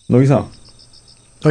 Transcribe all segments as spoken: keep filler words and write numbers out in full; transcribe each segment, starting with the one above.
乃木さん。 はい。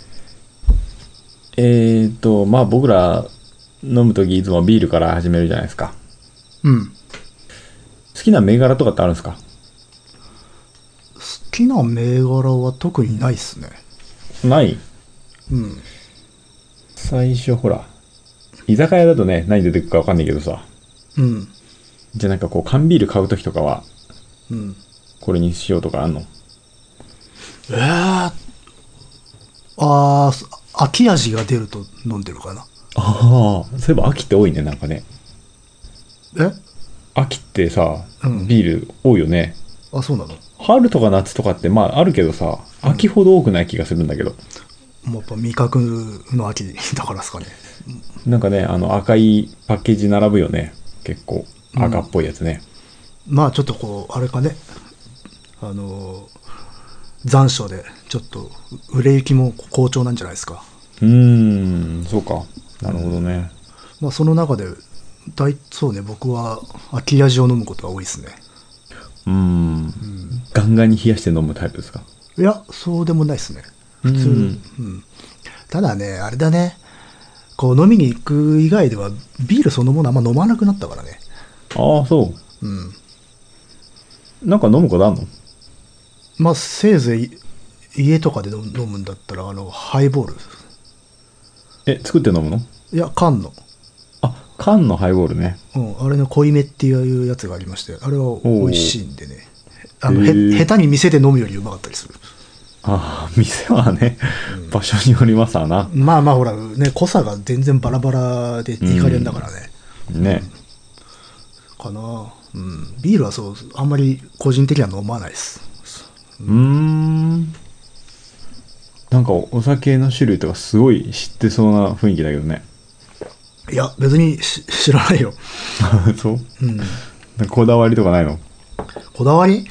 えーと、まあ僕ら飲むときいつもビールから始めるじゃないですか。 うん。 好きな銘柄とかってあるんですか？ 好きな銘柄は特にないっすね。 ない。 うん。 最初ほら、居酒屋だとね、何出てくるかわかんないけどさ。 うん。 じゃあなんかこう缶ビール買うときとかは、 うん。 これにしようとかあんの？ えー、あー、秋味が出ると飲んでるかな。 ああ、そういえば秋って多いね、なんかね。 え秋ってさ、 うん。 ビール多いよね。 あ、そうなの。 春とか夏とかってまああるけどさ、 うん。 秋ほど多くない気がするんだけど。 もうやっぱ味覚の秋だからですかね。 なんかね、あの赤いパッケージ並ぶよね。結構うん。 赤っぽいやつね。 まあちょっとこう、あれかね。あのー残暑で、ちょっと、売れ行きも好調なんじゃないですか。 うーん、そうか。なるほどね。 まあその中で、大、そうね、僕は秋味を飲むことが多いですね。 うーん。ガンガンに冷やして飲むタイプですか？ いや、そうでもないですね。 うー普通、 ん。 うん。ただね、あれだね。こう飲みに行く以外ではビールそのものあんま飲まなくなったからね。 ああ、そうん。 う。なんか飲むことあんの？ まあ、せいぜい家とかで飲むんだったら、あの、ハイボール。 え、作って飲むの？ いや、缶の。 あ、缶のハイボールね。 うん。あれの濃いめっていうやつがありまして、あれはお美味お。 しいんでね。あの、へ、 へえ。 下手に店で飲むよりうまかったりする。 ああ、店はね、場所によりますわな。 まあまあ、ほら、ね、濃さが全然バラバラでういい加減だん。 からね。 ね。 かな。うん。ビールはそう、あんまり個人的には飲まないです。 うーん。なんかお酒の種類とかすごい知ってそうな雰囲気だけどね。 いや、別にし知らないよ。 そう。 うん。 なんかこだわりとかないの？ こだわり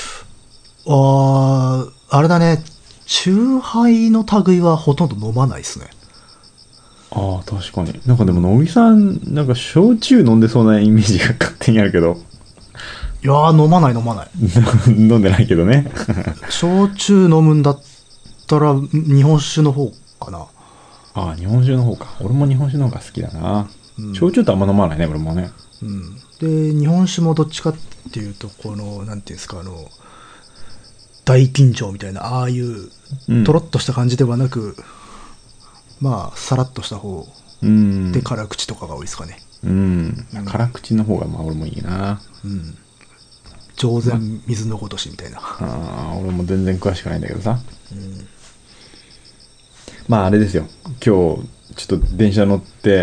ああ、あれだね。チューハイの類はほとんど飲まないですね。 ああ、確かに。なんかでも、乃木さん、なんか焼酎飲んでそうなイメージが勝手にあるけど。 いやー、飲まない飲まない。 飲んでないけどね。 焼酎飲むんだったら、日本酒の方かな。 ああ、日本酒の方か。俺も日本酒の方が好きだな。焼酎ってあんま飲まないね、俺もね。 うん。で、日本酒もどっちかっていうと、この、なんていうんですか、あの、大吟醸みたいな、ああいう、 うん。 とろっとした感じではなく、まあ、さらっとした方うん。 で辛口とかが多いですかね。 うん。辛口の方が、まあ俺もいいな。 上ま善水のごとしみたいな。 あ、あー俺も全然詳しくないんだけどさ。まああれですよ。今日、ちょっと電車乗って、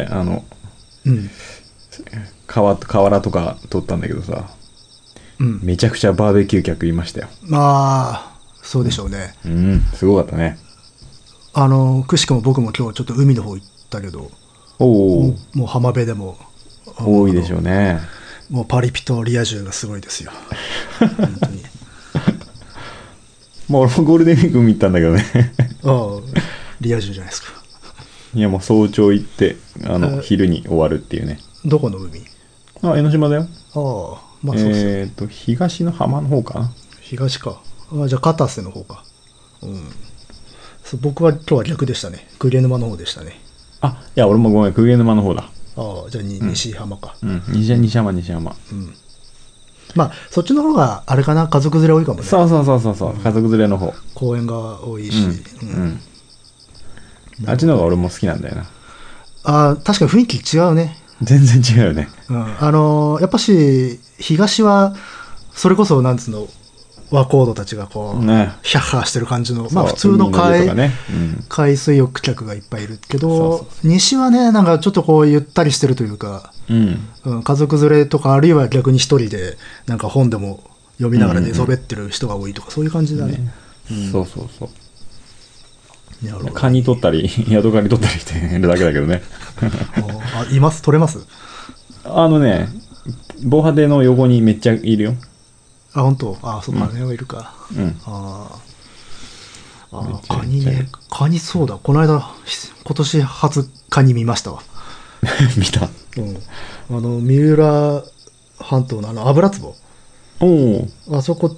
あの、 うん。 川、河原とか通ったんだけどさ、 うん。 めちゃくちゃバーベキュー客いましたよ。 まあ、そうでしょうね。 うん、すごかったね。 あの、くしくも僕も今日ちょっと海の方行ったけど、 おお、 もう、もう浜辺でも、あもうあの、 多いでしょうね。 もうパリピとリア充がすごいですよ。本当に。 まあ俺もゴールデンウィーク見たんだけどね。 ああ、リア充じゃないですか。 いやもう早朝行って、あの、 えー昼に終わるっていうね。 どこの海？ あ、江ノ島だよ。 ああ、まあそうっすよね。 えっと、東の浜の方かな。 東か。ああ、じゃあ片瀬の方か。うん。そう僕は今日は逆でしたね。栗沼の方でしたね。 あ、いや俺もごめん、鵠沼の方だ。 ああ、じゃあに西浜か。 うん、西西山西山。 まあ、そっちの方が、あれかな、家族連れ多いかもね。 そうそうそうそうそう、家族連れの方。 公園が多いし。うん。 うん。あっちの方がなるほどね。 俺も好きなんだよな。 ああ、確かに雰囲気違うね。 全然違うよね。 うん。あのーやっぱし、東は、それこそ、なんつうの、和コードたちがこう、 ね。 ヒャッハーしてる感じの、まあそう、 普通の海の家と海、 かね。うん。 海水浴客がいっぱいいるけど、 そうそうそ西はね、なんかちょっとこう、ゆったりしてるというか、 う。うん。 うん、家族連れとか、あるいは逆に一人で、なんか本でも読みながら寝そべってる人が多いとか、そういう感じだね。 そうそうそう。 なるほど。 カニ取ったり、ヤドカニ取ったりしてるだけだけどね。 あ、います取れます？ あのね、防波堤の横にめっちゃいるよ。 あ、本当。あ、そっか、ねはいるか。 うん。 あーあー、 めっちゃカニね。 めっちゃいる。 カニそうだ。この間、ひ今年初カニ見ましたわ。 見た。 うん。あの、三浦半島のあの、油壺。 おお。 あそこ、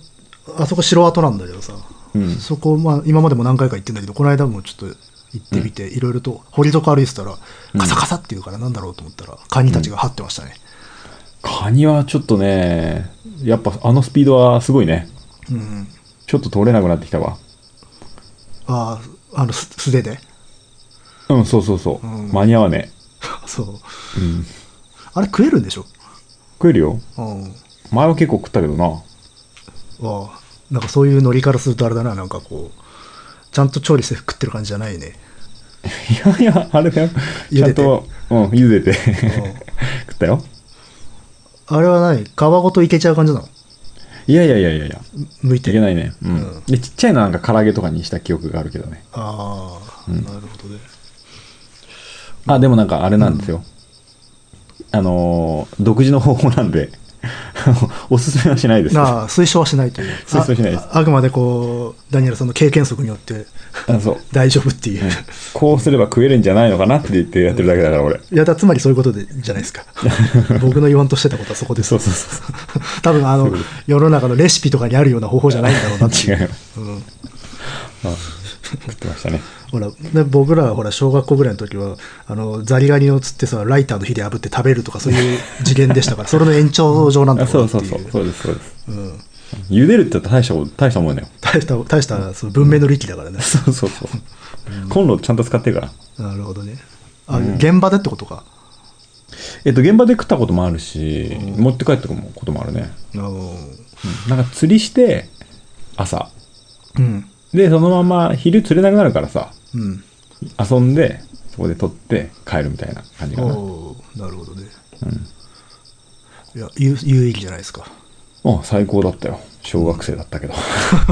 あそこ城跡なんだけどさ、 うん。 そこ、まあ、今までも何回か行ってんだけど、この間もちょっと行ってみて、いろいろと堀底歩いてたら、カサカサっていうからなんだろうと思ったら、カニたちが張ってましたね。 カニはちょっとね、やっぱあのスピードはすごいね。 うん。 ちょっと通れなくなってきたわ。 ああ、あの、す素手で。 うん、そうそうそう。 うん間に合わねそう。 え。うん。 あれ食えるんでしょ？ 食えるよ。 うん。 前は結構食ったけどな。 ああ、なんかそういうノリからするとあれだな、なんかこう、ちゃんと調理して食ってる感じじゃないね。 いやいや、あれだよ。 茹でてちゃんと、うん、茹でてうん食ったよ。 あれは何？皮ごといけちゃう感じなの？ いやいやいやいやいや。 剥いて。 いけないね。うん。 うんで、ちっちゃいのなんか唐揚げとかにした記憶があるけどね。 ああ、 うんなるほどね。 あ、でもなんかあれなんですよ。あのー独自の方法なんで、おすすめはしないです。 ああ、推奨はしないという。 推奨しないですああくまでこう、ダニエルさんの経験則によってあそう。 大丈夫っていう。 うんこうすれば食えるんじゃないのかなって言ってやってるだけだから俺。 いや、だつまりそういうことでじゃないですか。僕の言わんとしてたことはそこです。 そうそうそう多分あのそういうこ世の中のレシピとかにあるような方法じゃないんだろうなっていう。 違う。 うんあ食ってましたね。 ほらで僕らはほら小学校ぐらいの時はあのザリガニを釣ってさライターの火で炙って食べるとかそういう次元でしたからそれの延長上なんだあろうなっていう。 そうそうそう。そうですそうです。 うん茹でるって言ったら大したこと大したもんだよ。 大した大したその文明の利器だからね。 そうそうそう。コンロちゃんと使ってるから。 なるほどね。あ、 うん現場でってことか。 えっと、現場で食ったこともあるし、持って帰ったこともあるね。 あのうんなんか釣りして、朝。 うんで、そのまま昼釣れなくなるからさ、 うん。 遊んで、そこで取って帰るみたいな感じかな。 おーなるほどね。いや有有意義じゃないですか。 あ、最高だったよ。小学生だったけど。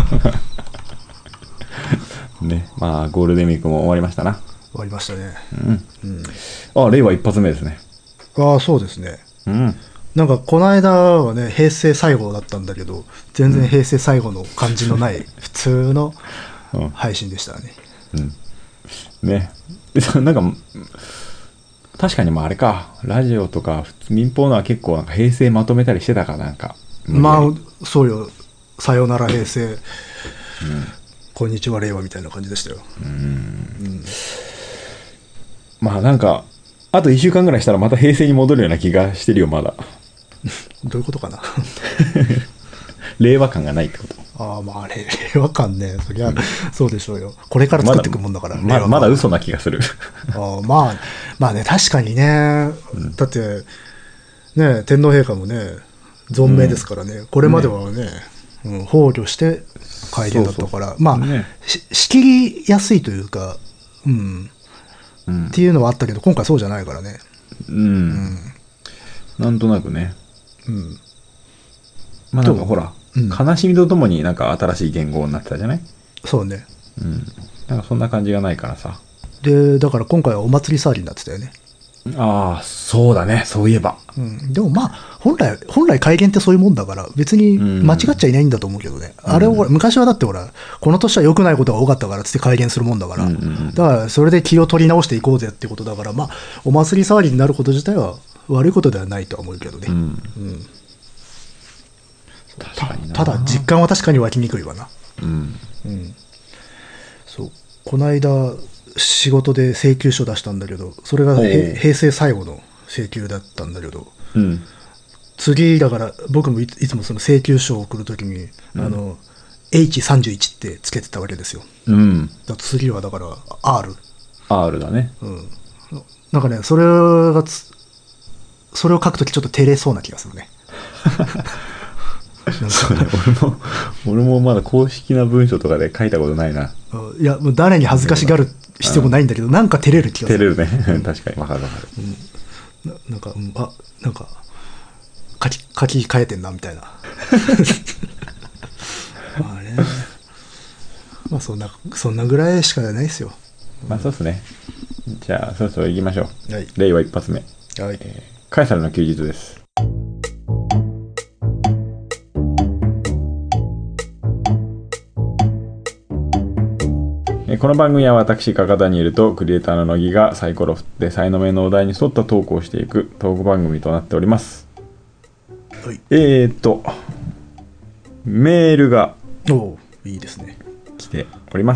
ね、まあ、ゴールデンウィークも終わりましたな。 終わりましたね。 うん。あ、令和一発目ですね。 ああそうですね。 うん。 なんかこの間はね平成最後だったんだけど全然平成最後の感じのない普通のうん。 配信でしたね。 うん。ね。でなんか、確かにまああれか、ラジオとか民放のは結構なんか平成まとめたりしてたかなんか。 まあ、 あそうよ。さよなら平成、こんにちは令和みたいな感じでしたよ。 まあなんか、あといっしゅうかんぐらいしたらまた平成に戻るような気がしてるよ、まだ。 どういうことかな。 令和感がないってこと。 ああまあ令和感ねそりゃ、そうでしょうよ。これから作っていくもんだから。 まだ、 令和感まだ嘘な気がする。 ああまあまあね確かにね、だってね天皇陛下もね存命ですからね、これまではね、うん、崩御して会見だったからまあ、 ねし仕切りやすいというか、うん、 うんっていうのはあったけど今回そうじゃないからね。 うん。なんとなくね。 うんまあなんかほら、 うん悲しみとともになんか新しい言語になってたじゃないそうね。 うん。なんかそんな感じがないからさ。 でだから今回はお祭り騒ぎになってたよね。 ああ、そうだね。そういえば。 うん、でもまあ本来本来改元ってそういうもんだから別に間違っちゃいないんだと思うけどね、あれを昔はだってほらこの年は良くないことが多かったからっつって改元するもんだから、 うんうんうんだからそれで気を取り直していこうぜってことだからまあお祭り騒ぎになること自体は悪いことではないとは思うけどね、 うん。 うん確かにな。 ただ実感は確かに湧きにくいわな。 うん。 うんそうこの間仕事で請求書出したんだけどそれがおうへ平成最後の請求だったんだけどうん。 次だから僕もいついつもその請求書を送るときに、あの エイチさんじゅういち ってつけてたわけですよ。 うん。 だ次はだから R、 R だね。 うん、なんかねそれがつそれを書くときちょっと照れそうな気がするね。なんそうかね。俺も、俺もまだ公式な文書とかで書いたことないな。 うんいやもう誰に恥ずかしがる必要もないんだけど、なんか照れる気がする。 照れるね。確かに。わかるわかる。 ななんか、うんあなんか書き書き換えてんなみたいな。まあねまあそんなそんなぐらいしかないですよ。 まあそうっすね。じゃあ、そろそろ行きましょう。 はい令和一発目。 はい。 カエサルの休日です。えーこの番組は私、カカダニエルとクリエイターの乃木がサイコロ振って才能名のお題に沿ったトークをしていくトーク番組となっております。 はいえーっと、メールがおお、いいですね。 来ております。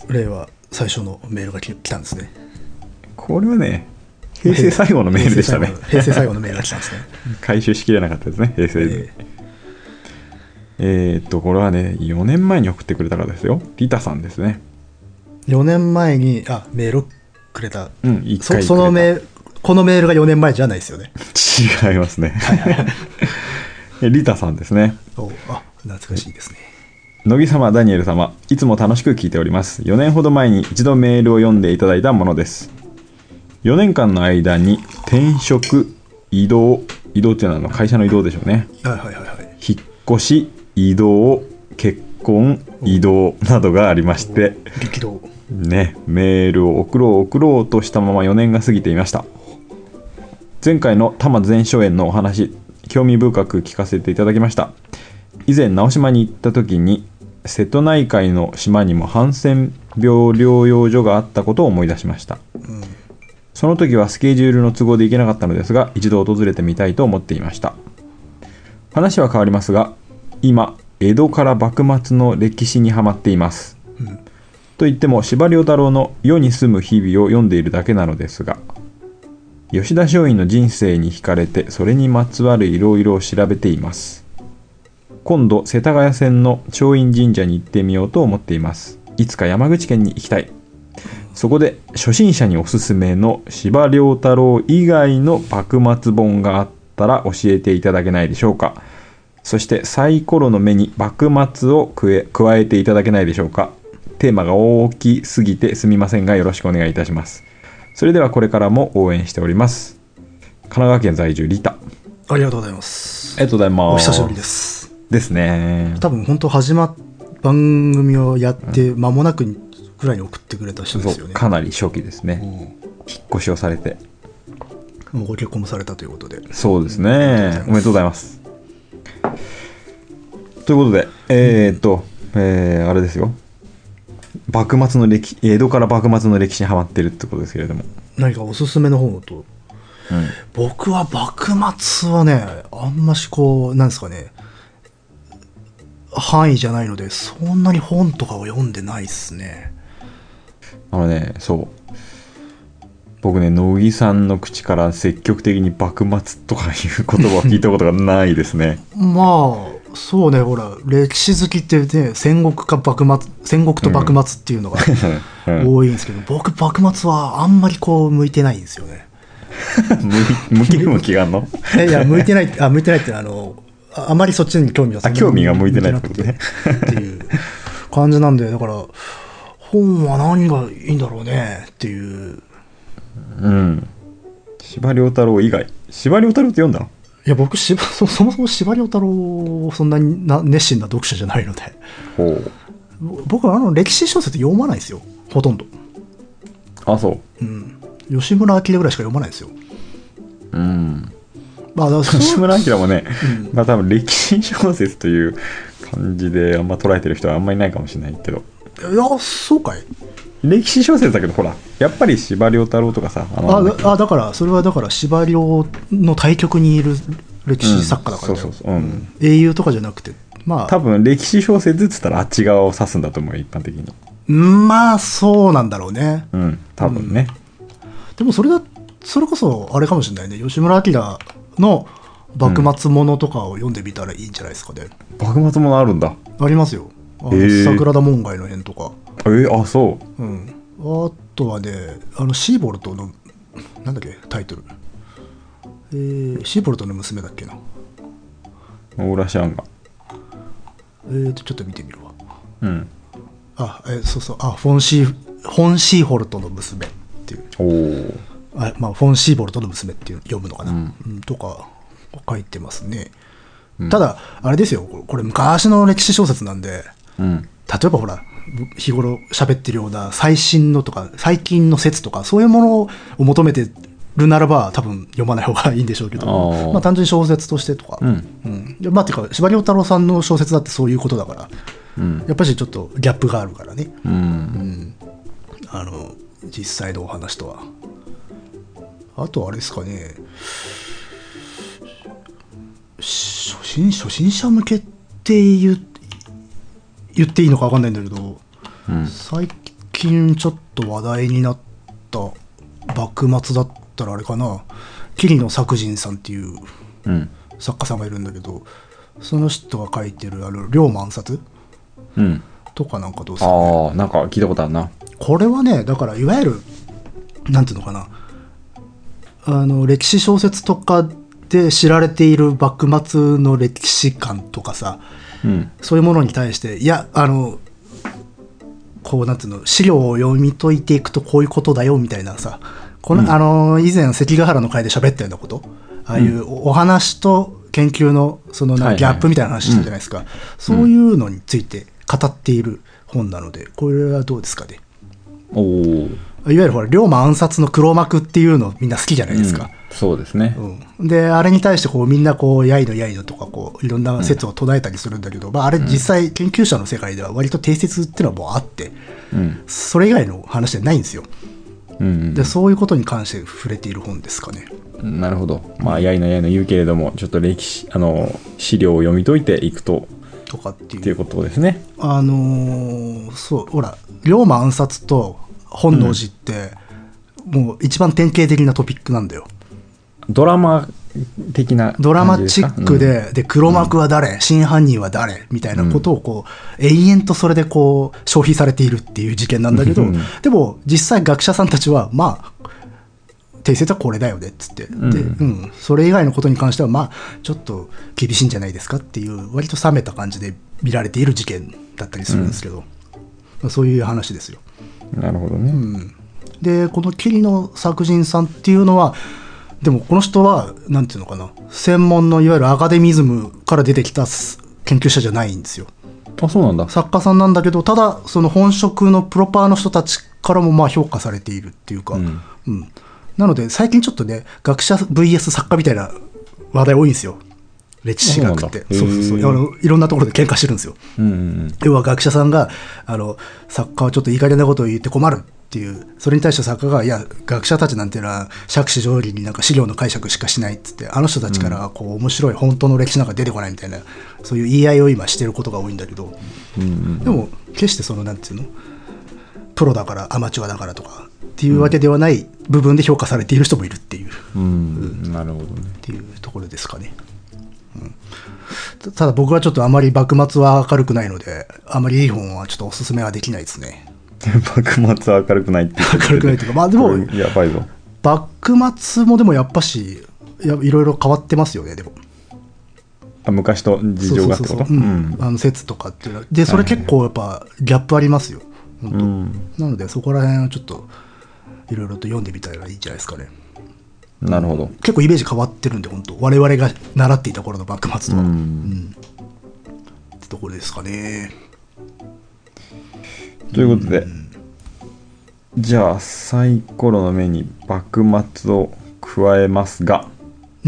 令和最初のメールが来たんですね。 これはね、平成最後のメールでしたね。 平成最後のメールが来たんですね。 回収しきれなかったですね、平成で。えー、っと、これはね、よねんまえに送ってくれた方ですよ。リタさんですね。 よねんまえにあメールくれた。 うん、いっかいくれた。 そ, そのメール、このメールがよねんまえじゃないですよね。 違いますね。リタさんですね。 おあ、懐かしいですね。 乃木様、ダニエル様、いつも楽しく聞いております。よねんほど前に一度メールを読んでいただいたものです。よねんかんの間に転職、移動、移動っていうのは会社の移動でしょうね。 はいはいはいはい。 引っ越し、移動、結婚、移動などがありまして、 激動。 ね、メールを送ろう送ろうとしたままよねんが過ぎていました。前回の多摩全書園のお話、興味深く聞かせていただきました。以前直島に行った時に瀬戸内海の島にもハンセン病療養所があったことを思い出しました、うん、その時はスケジュールの都合で行けなかったのですが、一度訪れてみたいと思っていました。話は変わりますが、今江戸から幕末の歴史にハマっています、うん、と言っても司馬遼太郎の世に住む日々を読んでいるだけなのですが、吉田松陰の人生に惹かれてそれにまつわるいろいろを調べています。今度世田谷線の松陰神社に行ってみようと思っています。いつか山口県に行きたい。そこで初心者におすすめの司馬遼太郎以外の幕末本があったら教えていただけないでしょうか。そしてサイコロの目に幕末を加えていただけないでしょうか。テーマが大きすぎてすみませんがよろしくお願いいたします。それではこれからも応援しております。神奈川県在住リタ。 ありがとうございます。 ありがとうございます。 お久しぶりです。ですね。 多分本当始まっ番組をやって間もなくぐらいに送ってくれた人ですよね、うん、 かなり初期ですね、うん、引っ越しをされてもうご結婚もされたということで。 そうですね、おめでとうございます。ということでえー、っと、うん、えー、あれですよ、幕末の歴江戸から幕末の歴史にハマってるってことですけれども、 何かおすすめの本と、うん、僕は幕末はねあんましこうなんですかね範囲じゃないのでそんなに本とかを読んでないっすね。 あのね、そう僕ね、乃木さんの口から積極的に幕末とかいう言葉を聞いたことがないですねまあそうね、ほら歴史好きってね、戦国か幕末、戦国と幕末っていうのが多いんですけど、うん、僕幕末はあんまりこう向いてないんですよね向き向きがあんのいや向いてないあ向いてないってあのあまりそっちに興味があ興味が向いてないってことねっていう感じなんで、だから本は何がいいんだろうねっていう。 うん司馬遼太郎以外、司馬遼太郎って読んだの？ いや僕しそ, そもそも司馬遼太郎そんなにな熱心な読者じゃないので、 ほう僕はあの歴史小説読まないですよ、ほとんど。 あ、そう、 うん、吉村明ぐらいしか読まないですよ。 うんまあ、 吉村明もね、うん、まあ多分歴史小説という感じであんま捉えてる人はあんまりいないかもしれないけど。 いやそうかい。 歴史小説だけどほらやっぱり司馬遼太郎とかさ、あの あ, あだからそれはだから司馬遼の対極にいる歴史作家だからだよ、うん、そうそうそう、うん、英雄とかじゃなくて、まあ多分歴史小説っつったらあっち側を指すんだと思うよ、一般的に。 まあそうなんだろうね、 うん多分ね、 うん、でもそれだそれこそあれかもしれないね、吉村明の幕末ものとかを読んでみたらいいんじゃないですかね、 うん、幕末ものあるんだ。 ありますよ、あの桜田門外の変とか。 えー、あそう、 うん、あとはねあのシーボルトのなんだっけタイトル、えー、シーボルトの娘だっけな、 オーラシャンがえーとちょっと見てみるわ。 うんあ、えー、そうそう、あフォンシーフォンシーホルトの娘っていう、 おあ、まあ、フォンシーボルトの娘っていう読むのかな、うんうん、とか書いてますね、うん、ただあれですよ、これ昔の歴史小説なんで、うん、例えばほら日頃喋ってるような最新のとか最近の説とかそういうものを求めてるならば多分読まない方がいいんでしょうけど、まあ、単純に小説としてとか、うんうんでまあ、ていうか司馬遼太郎さんの小説だってそういうことだから、うん、やっぱりちょっとギャップがあるからね、うんうん、あの実際のお話とは。あとあれですかね、初心初心者向けっていう言っていいのか分かんないんだけど、 うん、 最近ちょっと話題になった幕末だったらあれかな、桐野作人さんっていう作家さんがいるんだけど、その人が書いてるあの龍馬暗殺、うん、とかなんかどうする、ね、 ああなんか聞いたことあるな。 これはねだからいわゆるなんていうのかな、あの歴史小説とかで知られている幕末の歴史観とかさ、うん、そういうものに対していやあのこうなんていうの資料を読み解いていくとこういうことだよみたいなさ、この、うん、あの以前関ヶ原の会で喋ったようなこと、ああいうお話と研究のそのなギャップみたいな話したじゃないですか、はいはい、そういうのについて語っている本なので、これはどうですかね。 おー、 いわゆるほら龍馬暗殺の黒幕っていうのみんな好きじゃないですか、 うん、そうですね、 うん、であれに対してこうみんなこうやいのやいのとかこういろんな説を唱えたりするんだけど、うん、まあ、あれ実際研究者の世界では割と定説っていうのはもうあって、うん、それ以外の話じゃないんですよ、うんうん、でそういうことに関して触れている本ですかね。 なるほど、まあやいのやいの言うけれどもちょっと歴史あの資料を読み解いていくととかっていうっていうことですね。 あのー、そうほら龍馬暗殺と本能寺って、うん、もう一番典型的なトピックなんだよ。 ドラマ的な感じですか？ ドラマチックで、うん、で黒幕は誰、うん、真犯人は誰みたいなことをこう、うん、永遠とそれでこう消費されているっていう事件なんだけど、うん、でも実際学者さんたちはまあ定説はこれだよねっつって、うんでうん、それ以外のことに関してはまあちょっと厳しいんじゃないですかっていう割と冷めた感じで見られている事件だったりするんですけど、うんまあ、そういう話ですよ。 なるほどね、うん、 でこの桐野作人さんっていうのはでもこの人はなんていうのかな、専門のいわゆるアカデミズムから出てきた研究者じゃないんですよ。 あ、そうなんだ。 作家さんなんだけど、ただその本職のプロパーの人たちからもまあ評価されているっていうか、うんうん、なので最近ちょっとね学者 ブイエス 作家みたいな話題多いんですよ、歴史学って。そうそうそう、あのいろんなところで喧嘩してるんですよ、うんうんうん、要は学者さんがあの作家はちょっといい加減なことを言って困るっていう、それに対して作家がいや学者たちなんていうのは杓子定規になんか資料の解釈しかしないっつって、あの人たちからこう面白い本当の歴史なんか出てこないみたいな、そういう言い合いを今してることが多いんだけど、うんうん、でも決してそのなんていうのプロだからアマチュアだからとかっていうわけではない部分で評価されている人もいるっていう、 うんうん、なるほどねっていうところですかね、うん、ただ僕はちょっとあまり幕末は明るくないのであまりいい本はちょっとおすすめはできないですね。 幕末は明るくないって明るくないというか、まあでもやばいぞ。 幕末もでもやっぱしいやいろいろ変わってますよね。でもあ昔と事情がってこと、 あの説とかっていうのでそれ結構やっぱギャップありますよ本当、うん、なのでそこら辺はちょっといろいろと読んでみたらいいんじゃないですかね。 なるほど。 結構イメージ変わってるんで本当我々が習っていた頃の幕末とは、うんうん、ってところですかね。 ということで、うん、じゃあサイコロの目に幕末を加えますが、うん、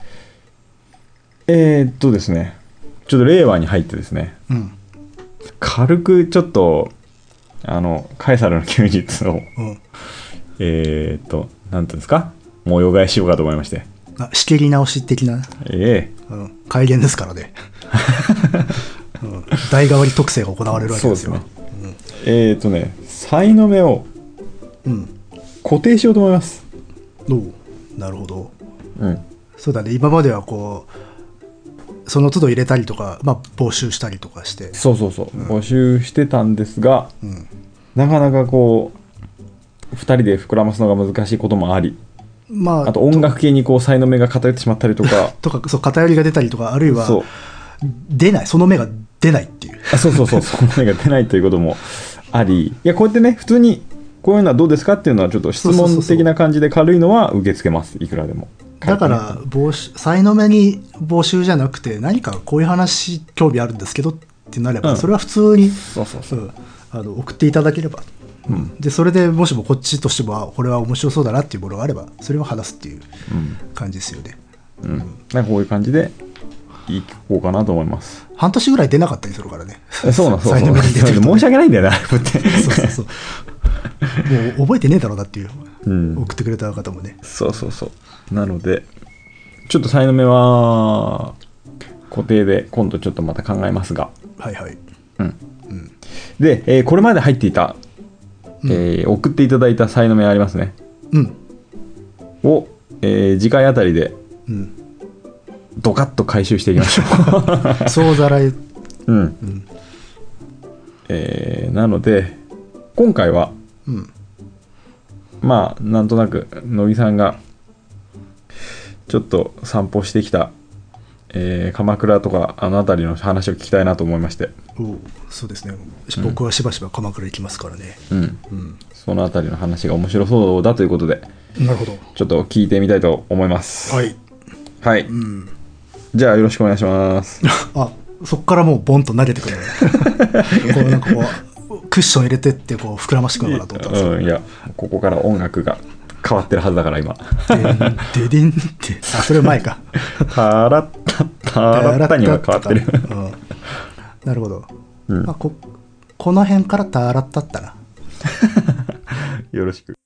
えー、っとですねちょっと令和に入ってですね、うん、軽くちょっとあのカエサルの休日を、うん、えー、っとなんていうんですか模様替えしようかと思いまして。 あ仕切り直し的な、 ええーうん、改元ですからね、うん、代替わり特性が行われるわけですよ。 そうですね、うん、えー、っとねさいの目を固定しようと思います、 うん、おなるほど、うん、そうだね今まではこうその都度入れたりとか、まあ、募集したりとかしてそうそうそう、うん、募集してたんですが、うん、なかなかこうふたりで膨らますのが難しいこともあり、まあ、あと音楽系にこう才能目が偏ってしまったりとかとかそう偏りが出たりとかあるいは出ないその目が出ないっていうあそうそうそうその目が出ないということもあり、いやこうやってね普通にこういうのはどうですかっていうのはちょっと質問的な感じで軽いのは受け付けます。いくらでも。 だから募集才能目に募集じゃなくて何かこういう話興味あるんですけどってなれば、うん、それは普通にそうそうそう、うん、あの送っていただければ、うん、でそれでもしもこっちとしてもこれは面白そうだなっていうものがあればそれを話すっていう感じですよね、 うんうん、なんかこういう感じでいこうかなと思います。 半年ぐらい出なかったりするからね。 そうなんそうそうそう申し訳ないんだよなそうそうそうもう覚えてねえだろうなっていう、うん、送ってくれた方もね。 そうそうそうなのでちょっと才能目は固定で今度ちょっとまた考えますがはいはい、 うんで、えーこれまで入っていた、えー送っていただいたサイの目ありますね。 うん。 を、えー次回あたりでうん。 ドカッと回収していきましょう。 総ざらい。 うん。 うん。 えーなので、今回は、 うん。 まあ、なんとなく、乃木さんが、ちょっと散歩してきた、えー鎌倉とか、あの辺りの話を聞きたいなと思いまして、 おうそうですね。僕はしばしば鎌倉行きますからね。 うん。 うん。 その辺りの話が面白そうだということで、 なるほど。 ちょっと聞いてみたいと思います。 はい。 はい。 うん。 じゃあ、よろしくお願いします。 あ、そっからもうボンと投げてくるね。こうなんかこうクッション入れてってこう膨らましてくるのかなと思ったんですよ。 うん、いや、ここから音楽が変わってるはずだから、今。 デデデンって、あ、それ前か。 タラッタタラッタには変わってる。 うん、なるほど。 うんまあ、ここの辺からタラッタったな。 よろしく。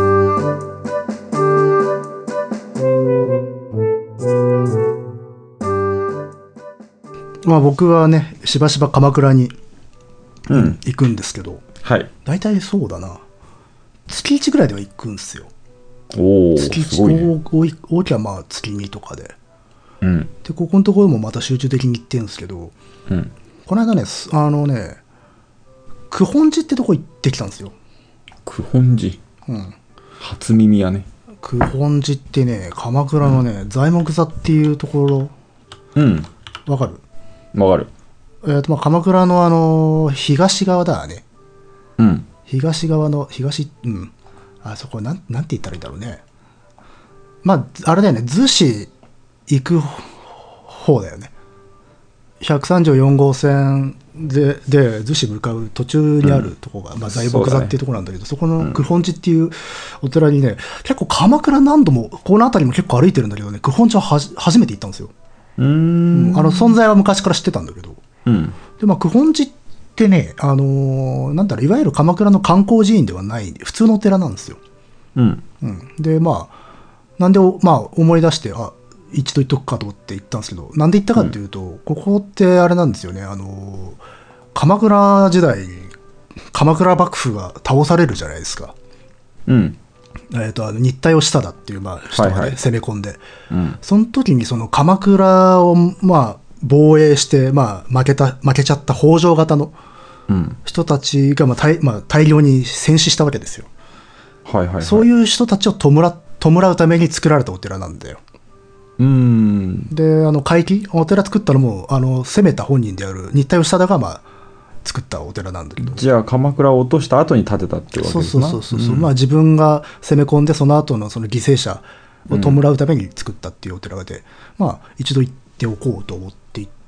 まあ僕はね、しばしば鎌倉にうん。 行くんですけど、 はい。 大体そうだな。月いちぐらいでは行くんですよ。 おお、 月いち、 すごいね。 多い大きはまあ月にとかで。 うん。 で、ここのところもまた集中的に行ってるんですけど、 うん。 この間ね、すあのね、九本寺ってとこ行ってきたんですよ。 九本寺。 うん。 初耳やね。 九本寺ってね、鎌倉のね、材木座っていうところ、 うん。 わかる？ わかる。 えーとまあ、鎌倉の、あのー東側だね。 うん。 東側の、東、うん。あそこ、なん、なんて言ったらいいんだろうね。まあ、あれだよね、逗子行く方だよね。ひゃくさんじゅうよん号線で、で、逗子向かう途中にあるとこが、まあ、材木座っていうところなんだけど、そ,、この九本寺っていうお寺にね、結構鎌倉何度も、この辺りも結構歩いてるんだけどね、九本寺ははじ初めて行ったんですよ。 うーん。 あの、存在は昔から知ってたんだけど。 うん。 で、まあ、九本寺ってね、あのーなんだろう、いわゆる鎌倉の観光寺院ではない、普通のお寺なんですよ。 うん。 うん。で、まあ、なんで、まあ、思い出して、あ、一度行っとくかと思って行ったんですけど、なんで行ったかっていうと、うん、ここってあれなんですよね、あのー、鎌倉時代に、鎌倉幕府が倒されるじゃないですか。 うん。 えーと、あの新田義貞っていう、まあ、人がね、はいはい、攻め込んで、うん、その時にその鎌倉を、まあ、防衛して、まあ、負けた、負けちゃった北条型の人たちが、まあ大まあ、大量に戦死したわけですよ。 はいはいはい、 そういう人たちを弔う、弔うために作られたお寺なんだよ。 うーん。 で、あの、会期、お寺作ったのも、あの、攻めた本人である新田義貞が、まあ、作ったお寺なんだけど。 じゃあ、鎌倉を落とした後に建てたっていうわけですね。 そうそうそうそう、うん、まあ、自分が攻め込んで、その後のその犠牲者を弔うために作ったっていうお寺で、うん、まあ、一度行っておこうと思って行って、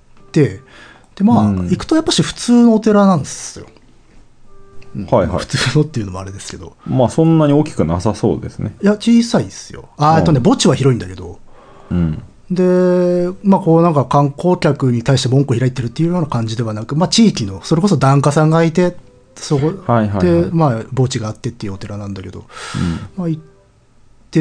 で、まあ、うん、行くとやっぱし普通のお寺なんですよ。 はいはい。 普通のっていうのもあれですけど。 まあ、そんなに大きくなさそうですね。 いや、小さいですよ。あ、えっとね、墓地は広いんだけど、 うん。 で、まあ、こうなんか観光客に対して門戸を開いてるっていうような感じではなく、まあ、地域の、それこそ檀家さんがいて、そこで、はいはいはい、まあ、墓地があってっていうお寺なんだけど、うん、まあ、行って、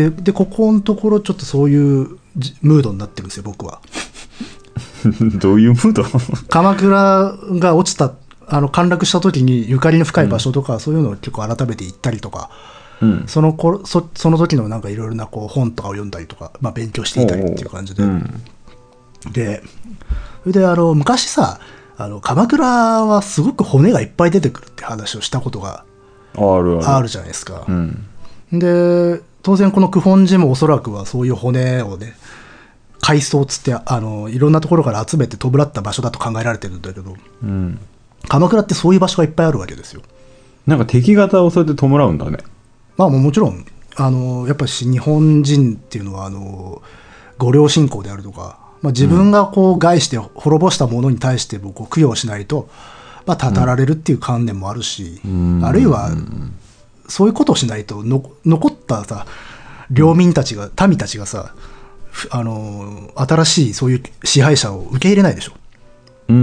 で、ここのところちょっとそういうムードになってるんですよ、僕は。 どういうムード？ 鎌倉が落ちた、あの、陥落した時にゆかりの深い場所とか、うん、そういうのを結構改めて行ったりとか、うん、その頃 そ, その時のなんかいろいろなこう本とかを読んだりとか、まあ、勉強していたりっていう感じで、うん、で、それであの昔さ、あの鎌倉はすごく骨がいっぱい出てくるって話をしたことがあるあるあるじゃないですか。 うん、 で、当然この九本寺もおそらくはそういう骨をね、海藻つってあのいろんなところから集めて弔った場所だと考えられてるんだけど、うん、鎌倉ってそういう場所がいっぱいあるわけですよ。なんか敵方をそうやって弔うんだね。 まあ、もちろんあのやっぱり日本人っていうのはあの御陵信仰であるとか、まあ、自分がこう害して滅ぼしたものに対してもこう供養しないと、まあ、たたられるっていう観念もあるし、うん、あるいはそういうことをしないとの残ったさ領民たちが、民たちがさ、あの新しいそういう支配者を受け入れないでしょ。 うん、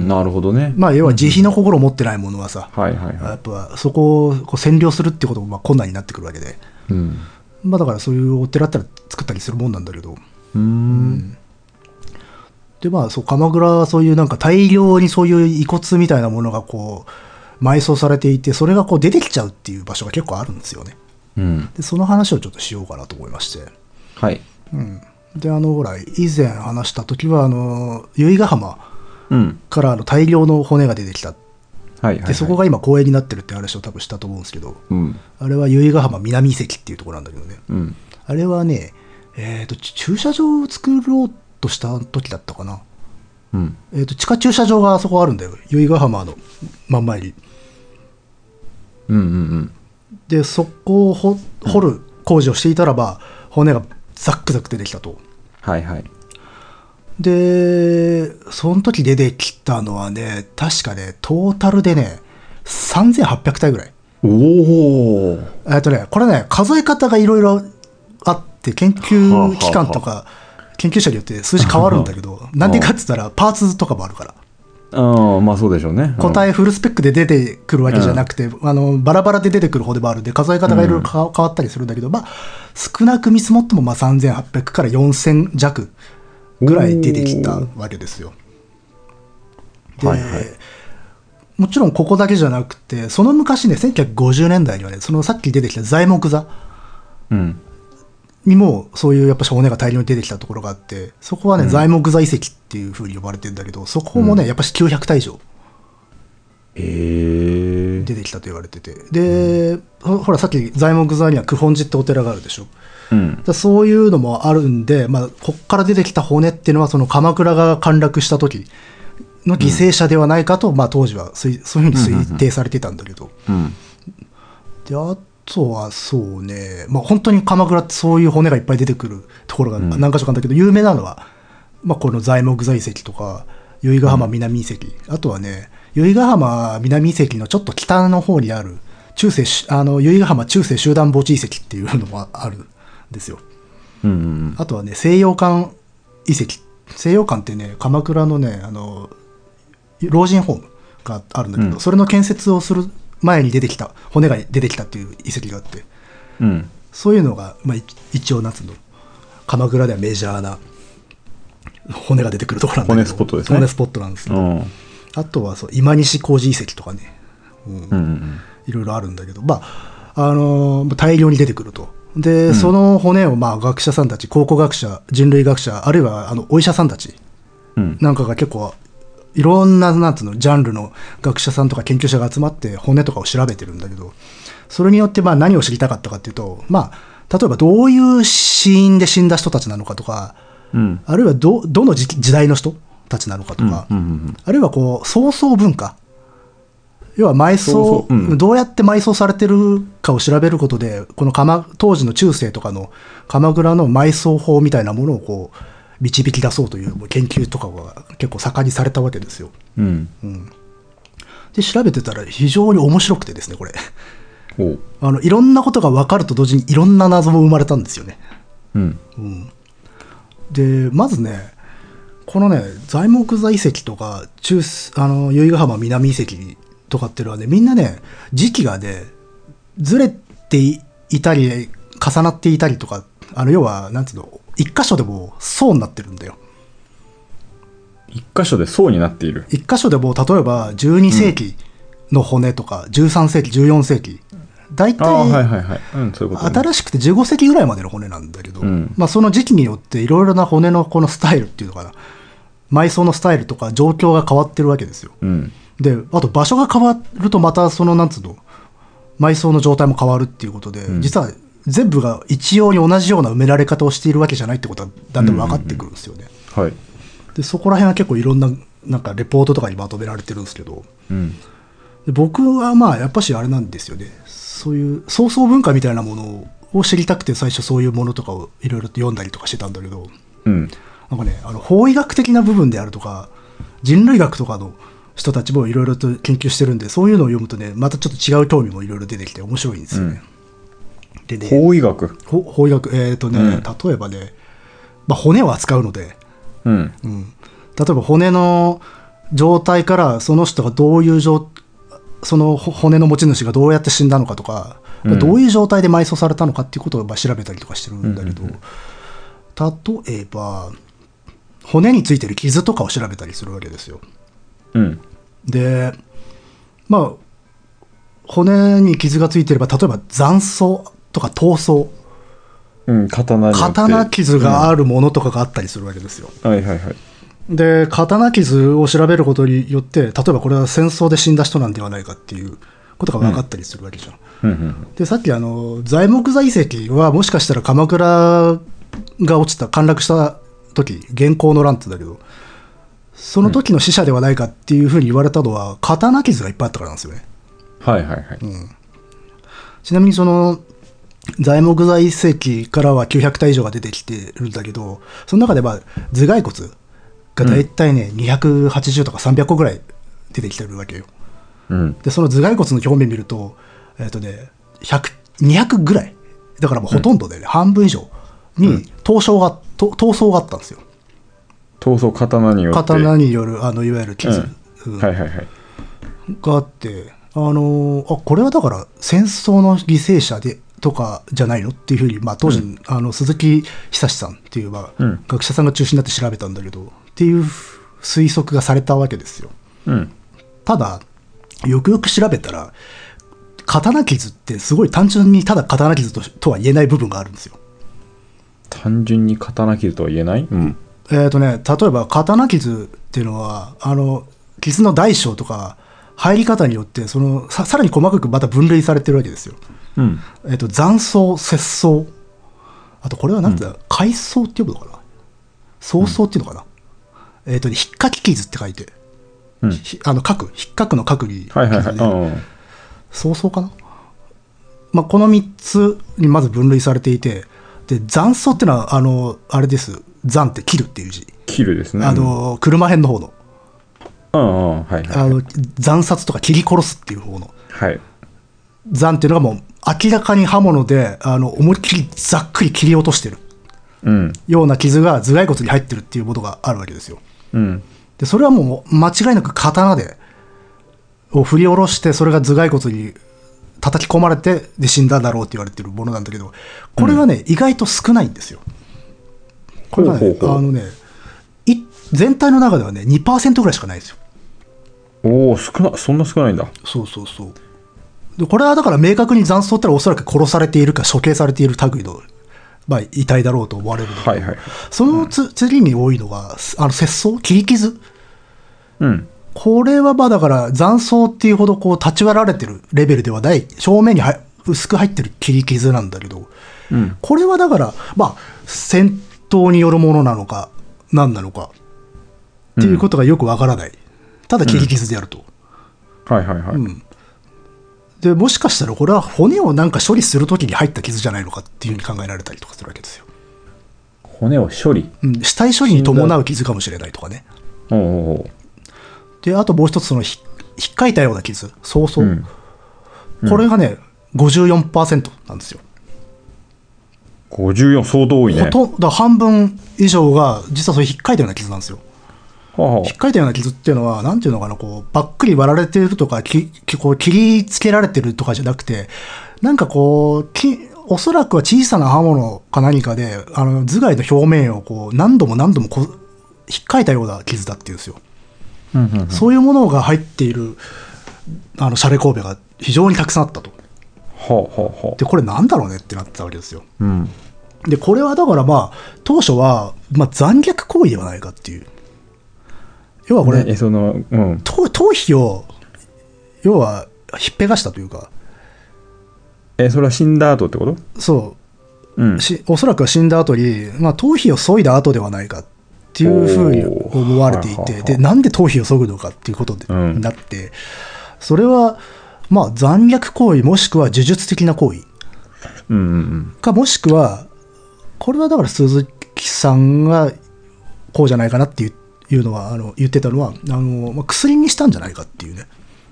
なるほどね。 まあ、要は慈悲の心を持ってないものはさ、 うん、はいはいはい、 やっぱそこをこう占領するってこともまあ困難になってくるわけで、うん、まあ、だからそういうお寺だったら作ったりするもんなんだけど、うーん、うん、でまあそう鎌倉はそういうなんか大量にそういう遺骨みたいなものがこ埋葬されていて、それがこう出てきちゃうっていう場所が結構あるんですよね。 うん、 でその話をちょっとしようかなと思いまして、 はい、 うん、であのほら以前話した時はあの由比ヶ浜からあの大量の骨が出てきた、うんはいはいはい、でそこが今公園になってるって話を多分したと思うんですけど、うん、あれは由比ヶ浜南遺跡っていうところなんだけどね、うん、あれはね、えーと、駐車場を作ろうとした時だったかな、うんえーと、地下駐車場があそこあるんだよ、由比ヶ浜の真ん前に、うんうんうん、でそこを掘る工事をしていたらば、うん、骨がザックザク出てきたと。はいはい。でその時出てきたのはね、確かねトータルでねさんぜんはっぴゃくたいぐらい。おお。えっとねこれね数え方がいろいろあって研究機関とかはあはあ研究者によって数字変わるんだけどなんでかって言ったらパーツとかもあるから。 あまあそうでしょうね。 答えフルスペックで出てくるわけじゃなくて、うん、あのバラバラで出てくる方でもあるんで数え方がいろいろ変わったりするんだけど、うん、まあ少なく見積もってもまあさんぜんはっぴゃくからよんせん弱ぐらい出てきたわけですよ。で、はいはい、もちろんここだけじゃなくてその昔ねせんきゅうひゃくごじゅうねんだいにはねそのさっき出てきた材木座にもそういうやっぱ骨が大量に出てきたところがあって、そこはね、うん、材木座遺跡っていう風に呼ばれてるんだけど、そこもね、うん、やっぱしきゅうひゃくたい以上出てきたと言われてて、で、うん、ほらさっき材木座には九本寺ってお寺があるでしょ、うん、だそういうのもあるんで、まあ、こっから出てきた骨っていうのはその鎌倉が陥落した時の犠牲者ではないかと、うんまあ、当時はそういうふうに推定されてたんだけど、うん、でああとはそうね、まあ、本当に鎌倉ってそういう骨がいっぱい出てくるところが何か所かあるんだけど、うん、有名なのは、まあ、この材木座遺跡とか由比ヶ浜南遺跡、うん、あとはね由比ヶ浜南遺跡のちょっと北の方にある中世あの由比ヶ浜中世集団墓地遺跡っていうのもあるんですよ、うんうんうん、あとはね西洋館遺跡、西洋館ってね鎌倉のねあの老人ホームがあるんだけど、うん、それの建設をする前に出てきた骨が出てきたっていう遺跡があって、うん、そういうのが、まあ、一応夏の鎌倉ではメジャーな骨が出てくるところなんだけど、 骨スポットですね。 骨スポットなんですけど、うん、あとはそう今西小路遺跡とかね、うんうんうん、いろいろあるんだけど、まああのー、大量に出てくると。で、うん、その骨をまあ学者さんたち、考古学者、人類学者、あるいはあのお医者さんたちなんかが結構いろんな、なんつうの、ジャンルの学者さんとか研究者が集まって骨とかを調べてるんだけど、それによってまあ何を知りたかったかっていうと、まあ、例えばどういう死因で死んだ人たちなのかとか、うん、あるいは ど, どの 時, 時代の人たちなのかとか、うんうんうん、あるいはこう葬送文化、要は埋葬、うん、どうやって埋葬されてるかを調べることで、この鎌当時の中世とかの鎌倉の埋葬法みたいなものをこう導き出そうという研究とかが結構盛んにされたわけですよ、うんうん、で調べてたら非常に面白くてですね、これあのいろんなことが分かると同時にいろんな謎も生まれたんですよね、うんうん、でまずねこのね材木座遺跡とか中あの由比ヶ浜南遺跡とかっていうのはねみんなね時期がねずれていたり重なっていたりとか、あの要はなんていうの一箇所でも層になってるんだよ。 一箇所で層になっている。 一箇所でも例えばじゅうにせいきの骨とか、うん、じゅうさんせいきじゅうよんせいき大体、はいはいはいうん、そういうことね、新しくてじゅうごせいきぐらいまでの骨なんだけど、うんまあ、その時期によっていろいろな骨のこのスタイルっていうのかな、埋葬のスタイルとか状況が変わってるわけですよ、うん、であと場所が変わるとまたそのなんつうの埋葬の状態も変わるっていうことで、うん、実は全部が一様に同じような埋められ方をしているわけじゃないってことはだんだん分かってくるんですよね、うんうんうんはい、でそこら辺は結構いろんな、なんかレポートとかにまとめられてるんですけど、うん、で僕はまあやっぱしあれなんですよね、そういう葬送文化みたいなものを知りたくて最初そういうものとかをいろいろと読んだりとかしてたんだけど、うん、なんかねあの法医学的な部分であるとか人類学とかの人たちもいろいろと研究してるんで、そういうのを読むとねまたちょっと違う興味もいろいろ出てきて面白いんですよね、うん、でね法医学法医学えっ、ー、とね、うん、例えばね、まあ、骨を扱うので、うんうん、例えば骨の状態からその人がどういう状その骨の持ち主がどうやって死んだのかとか、うん、どういう状態で埋葬されたのかっていうことを調べたりとかしてるんだけど、うんうんうん、例えば骨についてる傷とかを調べたりするわけですよ、うん、でまあ骨に傷がついてれば、例えば斬創とか刀創、 うん、刀によって刀傷があるものとかがあったりするわけですよ。 うん、はいはいはい。 で、刀傷を調べることによって、例えばこれは戦争で死んだ人なんではないかっていうことが分かったりするわけじゃん。 うんうんうん、 で、さっきあの材木座遺跡はもしかしたら鎌倉が落ちた陥落した時、元寇の乱って言うんだけど、その時の死者ではないかっていうふうに言われたのは、刀傷がいっぱいあったからなんですよね。 はいはいはい。 うん、ちなみにその材木座遺跡からはきゅうひゃくたい以上が出てきてるんだけど、その中でまあ頭蓋骨がだいたいね、うん、にひゃくはちじゅうとかさんびゃっこぐらい出てきてるわけよ。うん、でその頭蓋骨の表面見ると、えーとね、ひゃく、にひゃくぐらいだからもうほとんどで、ね、うん、半分以上に刀傷が、うん、刀創があったんですよ。 刀創、刀によって刀によるあのいわゆる傷、 うんうん、はいはいはい、 があって、あのー、あこれはだから戦争の犠牲者でとかじゃないのっていうふうに、まあ、当時、うん、あの鈴木久さんっていう、まあうん、学者さんが中心になって調べたんだけどっていう推測がされたわけですよ。うん、ただよくよく調べたら刀傷ってすごい単純にただ刀傷 と, とは言えない部分があるんですよ。 単純に刀傷とは言えない、うん、 えーとね、例えば刀傷っていうのはあの傷の大小とか入り方によってその さ, さらに細かくまた分類されてるわけですよ。うん、えーと斬創、切創、あとこれは何て言うんだ、開創って呼ぶのかな、創創っていうのかな、うん、えーとね、引っかき傷って書いて、うん、あの角、引っかくの角に、はいはいはい、創創かな、まあ、このみっつにまず分類されていて、で斬創っていうのはあのあれです、斬って切るっていう字、 切るですね、 あの車編の方の、 うんうんはいはい、 あの斬殺とか切り殺すっていう方の、 はい、 斬っていうのがもう明らかに刃物であの思いっきりざっくり切り落としてる、うん、ような傷が頭蓋骨に入ってるっていうものがあるわけですよ。うん、でそれはもう間違いなく刀でを振り下ろして、それが頭蓋骨に叩き込まれてで死んだだろうって言われてるものなんだけど、これがね、うん、意外と少ないんですよ。これがね、ほうほうほう、あのねい全体の中ではね にパーセント ぐらいしかないんですよ。 おお、少な、そんな少ないんだ。 そうそうそう。でこれはだから明確に斬創ってのはおそらく殺されているか処刑されている類の、まあ、遺体だろうと思われるので、はいはい、そのつ、うん、次に多いのがあの切創、切り傷、うん、これはまあだから斬創っていうほどこう立ち割られてるレベルではない、正面には薄く入ってる切り傷なんだけど、うん、これはだからまあ戦闘によるものなのか何なのかっていうことがよくわからない、うん、ただ切り傷であると、うん、はいはいはい、うん、でもしかしたらこれは骨をなんか処理するときに入った傷じゃないのかっていうふうに考えられたりとかするわけですよ。 骨を処理、 うん、死体処理に伴う傷かもしれないとかね。おうおう、であともう一つそのひ引っかいたような傷、そうそう、うんうん、これがね ごじゅうよんパーセント なんですよ。 ごじゅうよん、相当多いね。 ほとんど半分以上が実はそういう引っかいたような傷なんですよ。はあはあ、引っかいたような傷っていうのはなんていうのかな、こうばっくり割られているとかきこう切りつけられてるとかじゃなくて、なんかこうきおそらくは小さな刃物か何かであの頭蓋の表面をこう何度も何度もこう引っかいたような傷だっていうんですよ。うんうんうん、そういうものが入っているあのシャレ神戸が非常にたくさんあったと。はあはあはあ、でこれなんだろうねってなってたわけですよ。うん、でこれはだからまあ当初は、まあ、残虐行為ではないかっていう。要はこれ、ね、そのうん、頭皮を要はひっぺがしたというか、 えそれは死んだ後ってこと？ そう、うん、しおそらくは死んだ後に、まあ、頭皮を削いだ後ではないかっていうふうに思われていて、はははでなんで頭皮を削ぐのかっていうことになって、うん、それはまあ残虐行為もしくは呪術的な行為、うんうんうん、かもしくはこれはだから鈴木さんがこうじゃないかなっていういうのはあの言ってたのはあの、まあ、薬にしたんじゃないかっていうね。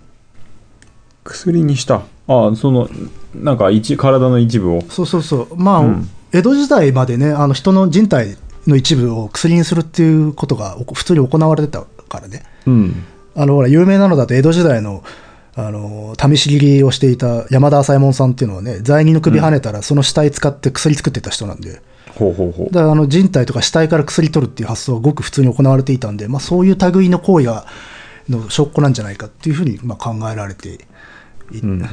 薬にした、ああそのなんか一体の一部を、 そうそうそう、まあ、うん、江戸時代までねあの人の人体の一部を薬にするっていうことが普通に行われてたからね、うん、あのほら有名なのだと江戸時代のあの試し切りをしていた山田朝右衛門さんっていうのはね、罪人の首跳ねたらその死体使って薬作ってた人なんで、ほうほうほう、だからあの人体とか死体から薬取るっていう発想はごく普通に行われていたんで、まあ、そういう類の行為がの証拠なんじゃないかっていうふうにまあ考えられてうんうんうん、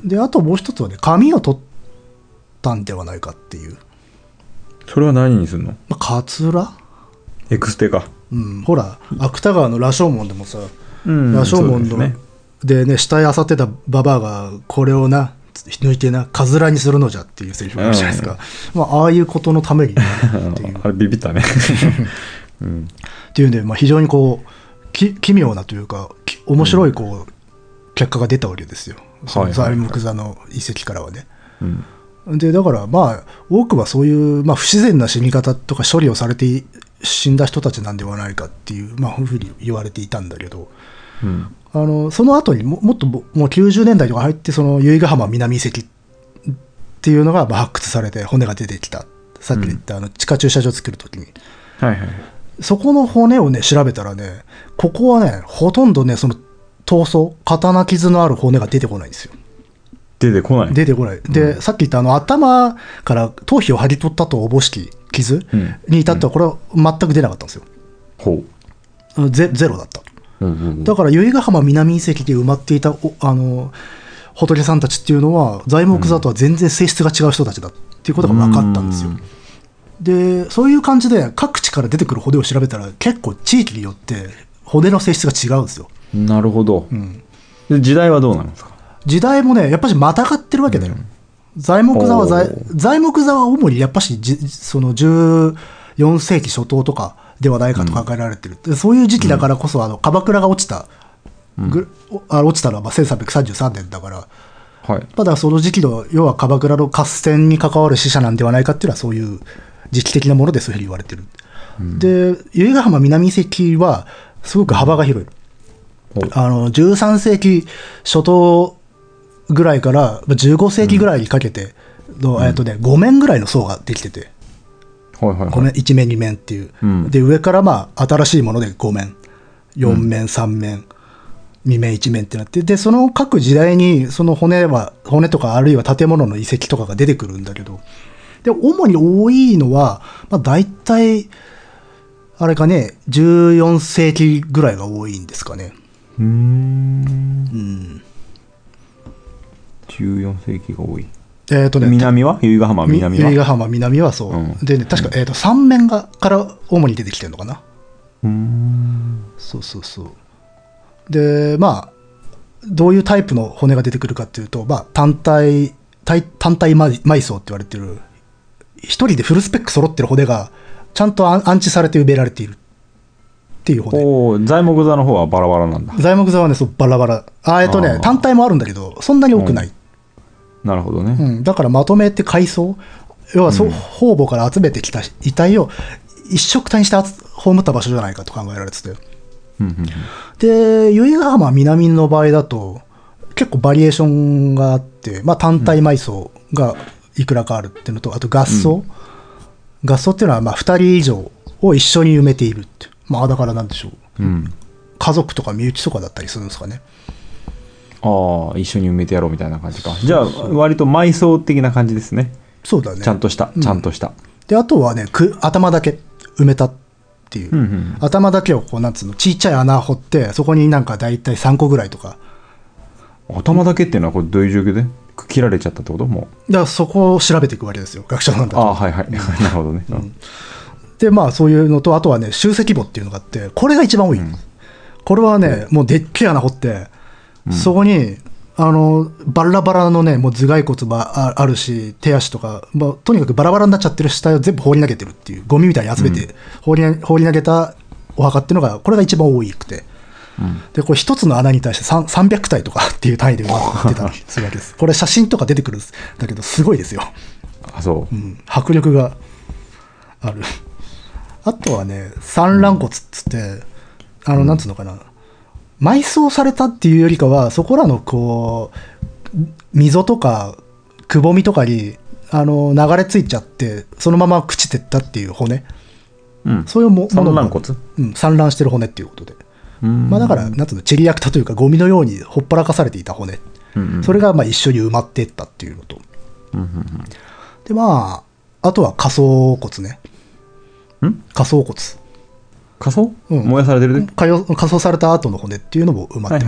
であともう一つはね髪を取ったんではないかっていう。 それは何にするの？ まあ、カツラエクステか、 うん、ほら芥川の羅生門でもさ、 うん、 羅生門のね、 でね死体あさってたババアがこれをな抜いてなカズラにするのじゃっていうセリフがあるじゃないですか、うん、まあ、ああいうことのためになるっていうあれビビったね、 うん、っていうんで、まあ、非常にこうき奇妙なというか面白いこう、うん、結果が出たわけですよ、その材木座の遺跡からはね、うん、でだからまあ多くはそういう、まあ、不自然な死に方とか処理をされて死んだ人たちなんではないかっていう、まあ、ふうに言われていたんだけど、うん、あのその後に も, もっともうきゅうじゅうねんだいとか入ってその由比ヶ浜南遺跡っていうのがまあ発掘されて骨が出てきた。さっき言ったあの地下駐車場作るときに、うん、はいはい、そこの骨をね調べたらねここはねほとんどねその刀創刀傷のある骨が出てこないんですよ。 出てこない出てこない。で、うん、さっき言ったあの頭から頭皮を剥ぎ取ったとおぼしき傷に至ってはこれは全く出なかったんですよ。ほう。ゼ, ゼロだった。うんうんうん、だから由比ヶ浜南遺跡で埋まっていたあの仏さんたちっていうのは材木座とは全然性質が違う人たちだっていうことが分かったんですよ。でそういう感じで各地から出てくる骨を調べたら結構地域によって骨の性質が違うんですよ。 なるほど、うん、で時代はどうなんですか？ 時代もねやっぱりまたがってるわけだよ、うん、材木座は 材, 材木座は主にやっぱしそのじゅうよんせいき初頭とかではないかと考えられてる、うん、そういう時期だからこそあの鎌倉が落ちた、うん、あ落ちたのはまあせんさんびゃくさんじゅうさんねんだから、はい、ただその時期の要は鎌倉の合戦に関わる死者なんではないかっていうのはそういう時期的なものでそういうふうに言われてる、うん、で由比ヶ浜南遺跡はすごく幅が広い、うん、あのじゅうさんせいき初頭ぐらいからじゅうごせいきぐらいにかけての、うんえっとね、ごめんぐらいの層ができてて、はいはいはい、ごめんいちめんにめんっていう、うん、で上からまあ新しいものでごめんよんめんさんめんにめんいちめんってなってでその各時代にその骨は骨とかあるいは建物の遺跡とかが出てくるんだけどで主に多いのは、まあ、大体あれかねじゅうよんせいきぐらいが多いんですかね。うーん、うんじゅうよんせいきが多い。 えーとね、 南は由比ヶ浜南は由比ヶ浜南はそう、うん、でね確か、えーとさんめんがから主に出てきてるのかな。うーんそうそうそうでまあどういうタイプの骨が出てくるかっていうと、まあ、単体単体埋葬って言われてる一人でフルスペック揃ってる骨がちゃんと安置されて埋められているっていう骨。 お材木座の方はバラバラなんだ。 材木座はねそうバラバラあえっとね単体もあるんだけどそんなに多くない、うんなるほどね、 うん、だからまとめて改装要はそ、うん、方々から集めてきた遺体を一色体にして葬った場所じゃないかと考えられてて、うんうんうん、で由比ヶ浜南の場合だと結構バリエーションがあって、まあ、単体埋葬がいくらかあるっていうのとあと合葬、うん、合葬っていうのはまあふたり以上を一緒に埋めているってまあだからなんでしょう、うん、家族とか身内とかだったりするんですかね。 ああ一緒に埋めてやろうみたいな感じか。じゃあ割と埋葬的な感じですね。 そうだね。 ちゃんとしたちゃんとした、うん、 であとはねく頭だけ埋めたっていう、うんうん、頭だけをこうなんつうのちっちゃい穴掘ってそこになんかだいたいさんこぐらいとか。 頭だけっていうのはこれどういう状況で切られちゃったってこと？もうだからそこを調べていくわけですよ学者なんだと。 ああはいはいなるほどね、うん、 でまあそういうのとあとはね集積墓っていうのがあってこれが一番多い、うん、これはね、うん、もうでっけえ穴掘ってそこにあのバラバラのねもう頭蓋骨も あ, あるし手足とか、まあ、とにかくバラバラになっちゃってる死体を全部放り投げてるっていうゴミみたいに集めて、うん、放り放り投げたお墓っていうのがこれが一番多くて、うん、でこれ一つの穴に対してさんびゃくたいとかっていう単位で埋まってたりするわけです。これ写真とか出てくるんだけどすごいですよ。 あそう、 うん、迫力がある。あとはね三卵骨っつってあのなんつうのかな、うん埋葬されたっていうよりかはそこらのこう溝とかくぼみとかにあの流れ着いちゃってそのまま朽ちてったっていう骨、うん、そういうも産卵骨、 うん、産卵してる骨っていうことで、まあ、だからなんつうのチェリヤクタというかゴミのようにほっぱらかされていた骨、うんうん、それがまあ一緒に埋まっていったっていうのと、うんうんうん、でまああとは火葬骨ね。ん火葬骨火葬、うん、燃やされてるで火葬された後の骨っていうのも埋まってますよ、はいはい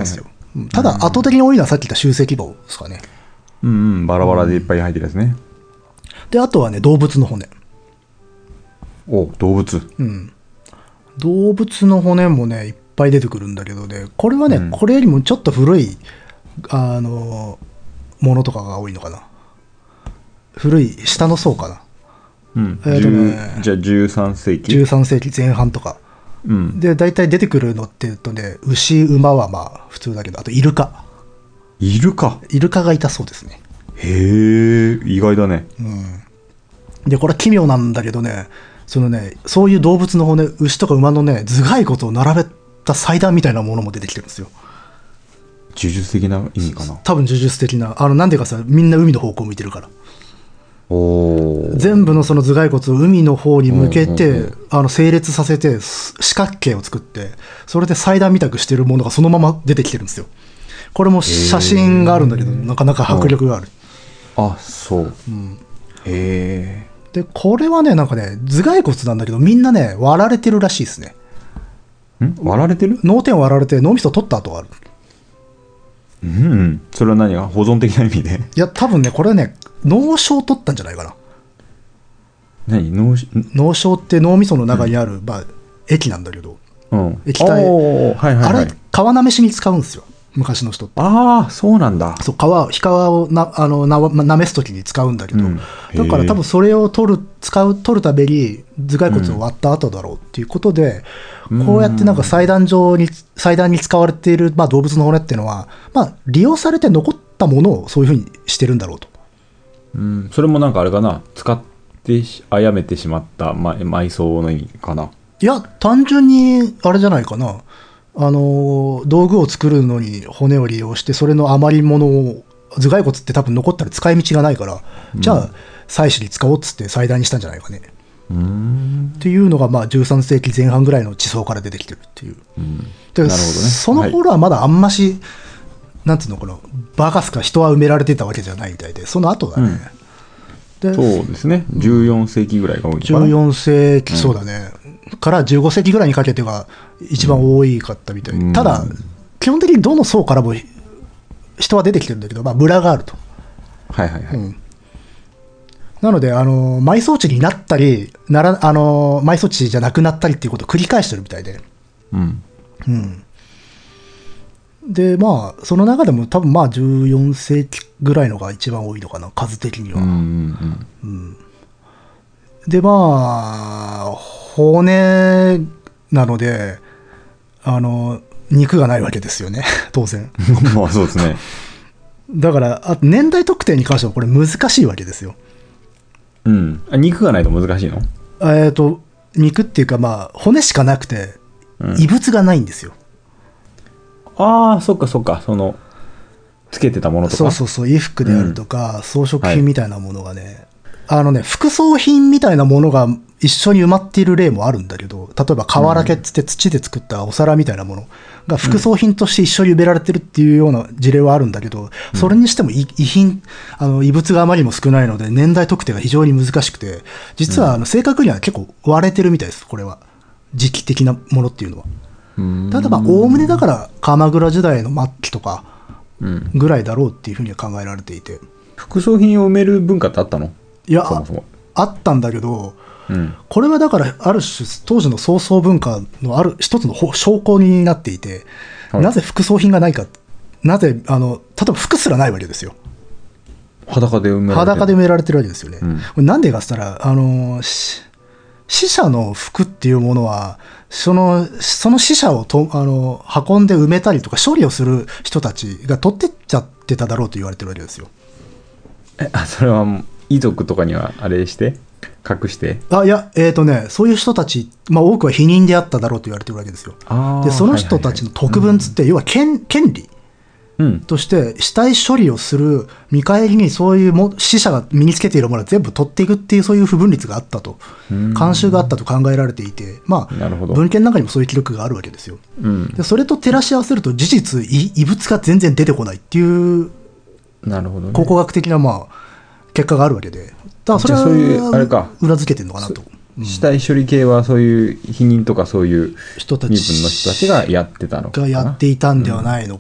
ただ圧倒的に多いのはさっき言った集積棒ですかね。 うんうん、バラバラでいっぱい入ってるやつね。 であとはね動物の骨。 お動物。 うん。動物の骨もねいっぱい出てくるんだけどね、これはね、うん、これよりもちょっと古いあのものとかが多いのかな。古い下の層かな。 うん、えーとね、じゃあじゅうさんせいきじゅうさんせいきぜん半とか、うん、で大体出てくるのって言うとね、牛馬はまあ普通だけど、あとイルカイルカイルカがいたそうですね。 へえ意外だね。 うん、でこれは奇妙なんだけどね、そのねそういう動物の骨、牛とか馬のね頭蓋骨を並べた祭壇みたいなものも出てきてるんですよ。 呪術的な意味かな。 多分呪術的な、あのなんでかさ、みんな海の方向を向いてるから、 お全部のその頭蓋骨を海の方に向けてあの整列させて四角形を作って、それで祭壇みたくしてるものがそのまま出てきてるんですよ。これも写真があるんだけど、なかなか迫力がある。 あそう、うん、へえ。 でこれはねなんかね頭蓋骨なんだけど、みんなね割られてるらしいですね。 ん割られてる？ 脳天を割られて脳みそ取った跡がある。 うん、うん、それは何が保存的な意味で？ いや多分ねこれはね脳症取ったんじゃないかな。 何脳脳症って脳みその中にある、うんまあ、液なんだけど、うん、液体、はいはいはい、あれ皮なめしに使うんですよ昔の人って。 ああそうなんだ。 そう皮皮をなあのななめす時に使うんだけど、うん、だから多分それを取る使う取るために頭蓋骨を割った後だろうっていうことで、うん、こうやってなんか祭壇上に祭壇に使われている、まあ、動物の骨っていうのは、まあ、利用されて残ったものをそういうふうにしてるんだろうと。 うん、それもなんかあれかな、使って殺めてしまった埋葬の意味かな。 いや単純にあれじゃないかな、あの道具を作るのに骨を利用して、それの余り物を頭蓋骨って多分残ったら使い道がないから、うん、じゃあ祭祀に使おうっつって祭壇にしたんじゃないかね。うーんっていうのがまあじゅうさんせいきぜん半ぐらいの地層から出てきてるっていう、うん、でなるほどね。その頃はまだあんまし、はい、なんていうのかな、バカすか人は埋められてたわけじゃないみたいで、その後だね、 うん、でそうですね、じゅうよんせいきぐらいが多いのかな。 じゅうよんせいき、そうだね、うん、からじゅうごせいきぐらいにかけてが一番多いかったみたい、うん、ただ基本的にどの層からも人は出てきてるんだけど、まあ、ムラがあると。 はいはいはい、うん、 なのであの埋葬地になったりならあの埋葬地じゃなくなったりっていうことを繰り返してるみたいで、うんうん、でまあその中でも多分まあじゅうよんせいきぐらいのが一番多いのかな、数的には。うんうんうん、でまあ骨なのであの肉がないわけですよね当然まあそうですね。 だからあ年代特定に関してはこれ難しいわけですよ。 うん、肉がないと難しいの？ えーと肉っていうかまあ骨しかなくて異物がないんですよ。 うん、ああそっかそっか、そのつけてたものとか、 そうそうそう、衣服であるとか、うん、装飾品みたいなものがね、はい、あのね副葬品みたいなものが一緒に埋まっている例もあるんだけど、例えば瓦家っつって土で作ったお皿みたいなものが副葬品として一緒に埋められてるっていうような事例はあるんだけど、うん、それにしても遺品あの異物があまりにも少ないので年代特定が非常に難しくて、実はあの正確には結構割れてるみたいです、これは時期的なものっていうのは。ただまあおおむねだから鎌倉時代の末期とかぐらいだろうっていうふうには考えられていて、 副葬品を埋める文化ってあったの？ いや、 そもそもあったんだけど、うん、これはだからある種当時の葬送文化のある一つの証拠になっていて、はい、なぜ副葬品がないか、なぜあの例えば服すらないわけですよ。 裸で埋められてる裸で埋められてるわけですよね。うん、なんでかっつったらあの死者の服っていうものはそのその死者をとあの運んで埋めたりとか処理をする人たちが取ってっちゃってただろうと言われてるわけですよ。 えあそれは遺族とかにはあれして隠して？あいや、えーとね、そういう人たち、まあ、多くは否認であっただろうと言われてるわけですよ。でその人たちの特分つって、要は 権, 権利として死体処理をする見返りにそういうも死者が身につけているものを全部取っていくっていうそういう不分率があったと、慣習があったと考えられていて、まあ、文献の中にもそういう記録があるわけですよ。うん、でそれと照らし合わせると事実異物が全然出てこないっていうなるほど、ね、 考古学的なまあ結果があるわけで、だからそれはそういうあれか裏付けてるのかなと。 うん、死体処理系はそういう否認とかそういう身分の人たちがやってたのかな、 がやっていたんではないのかっ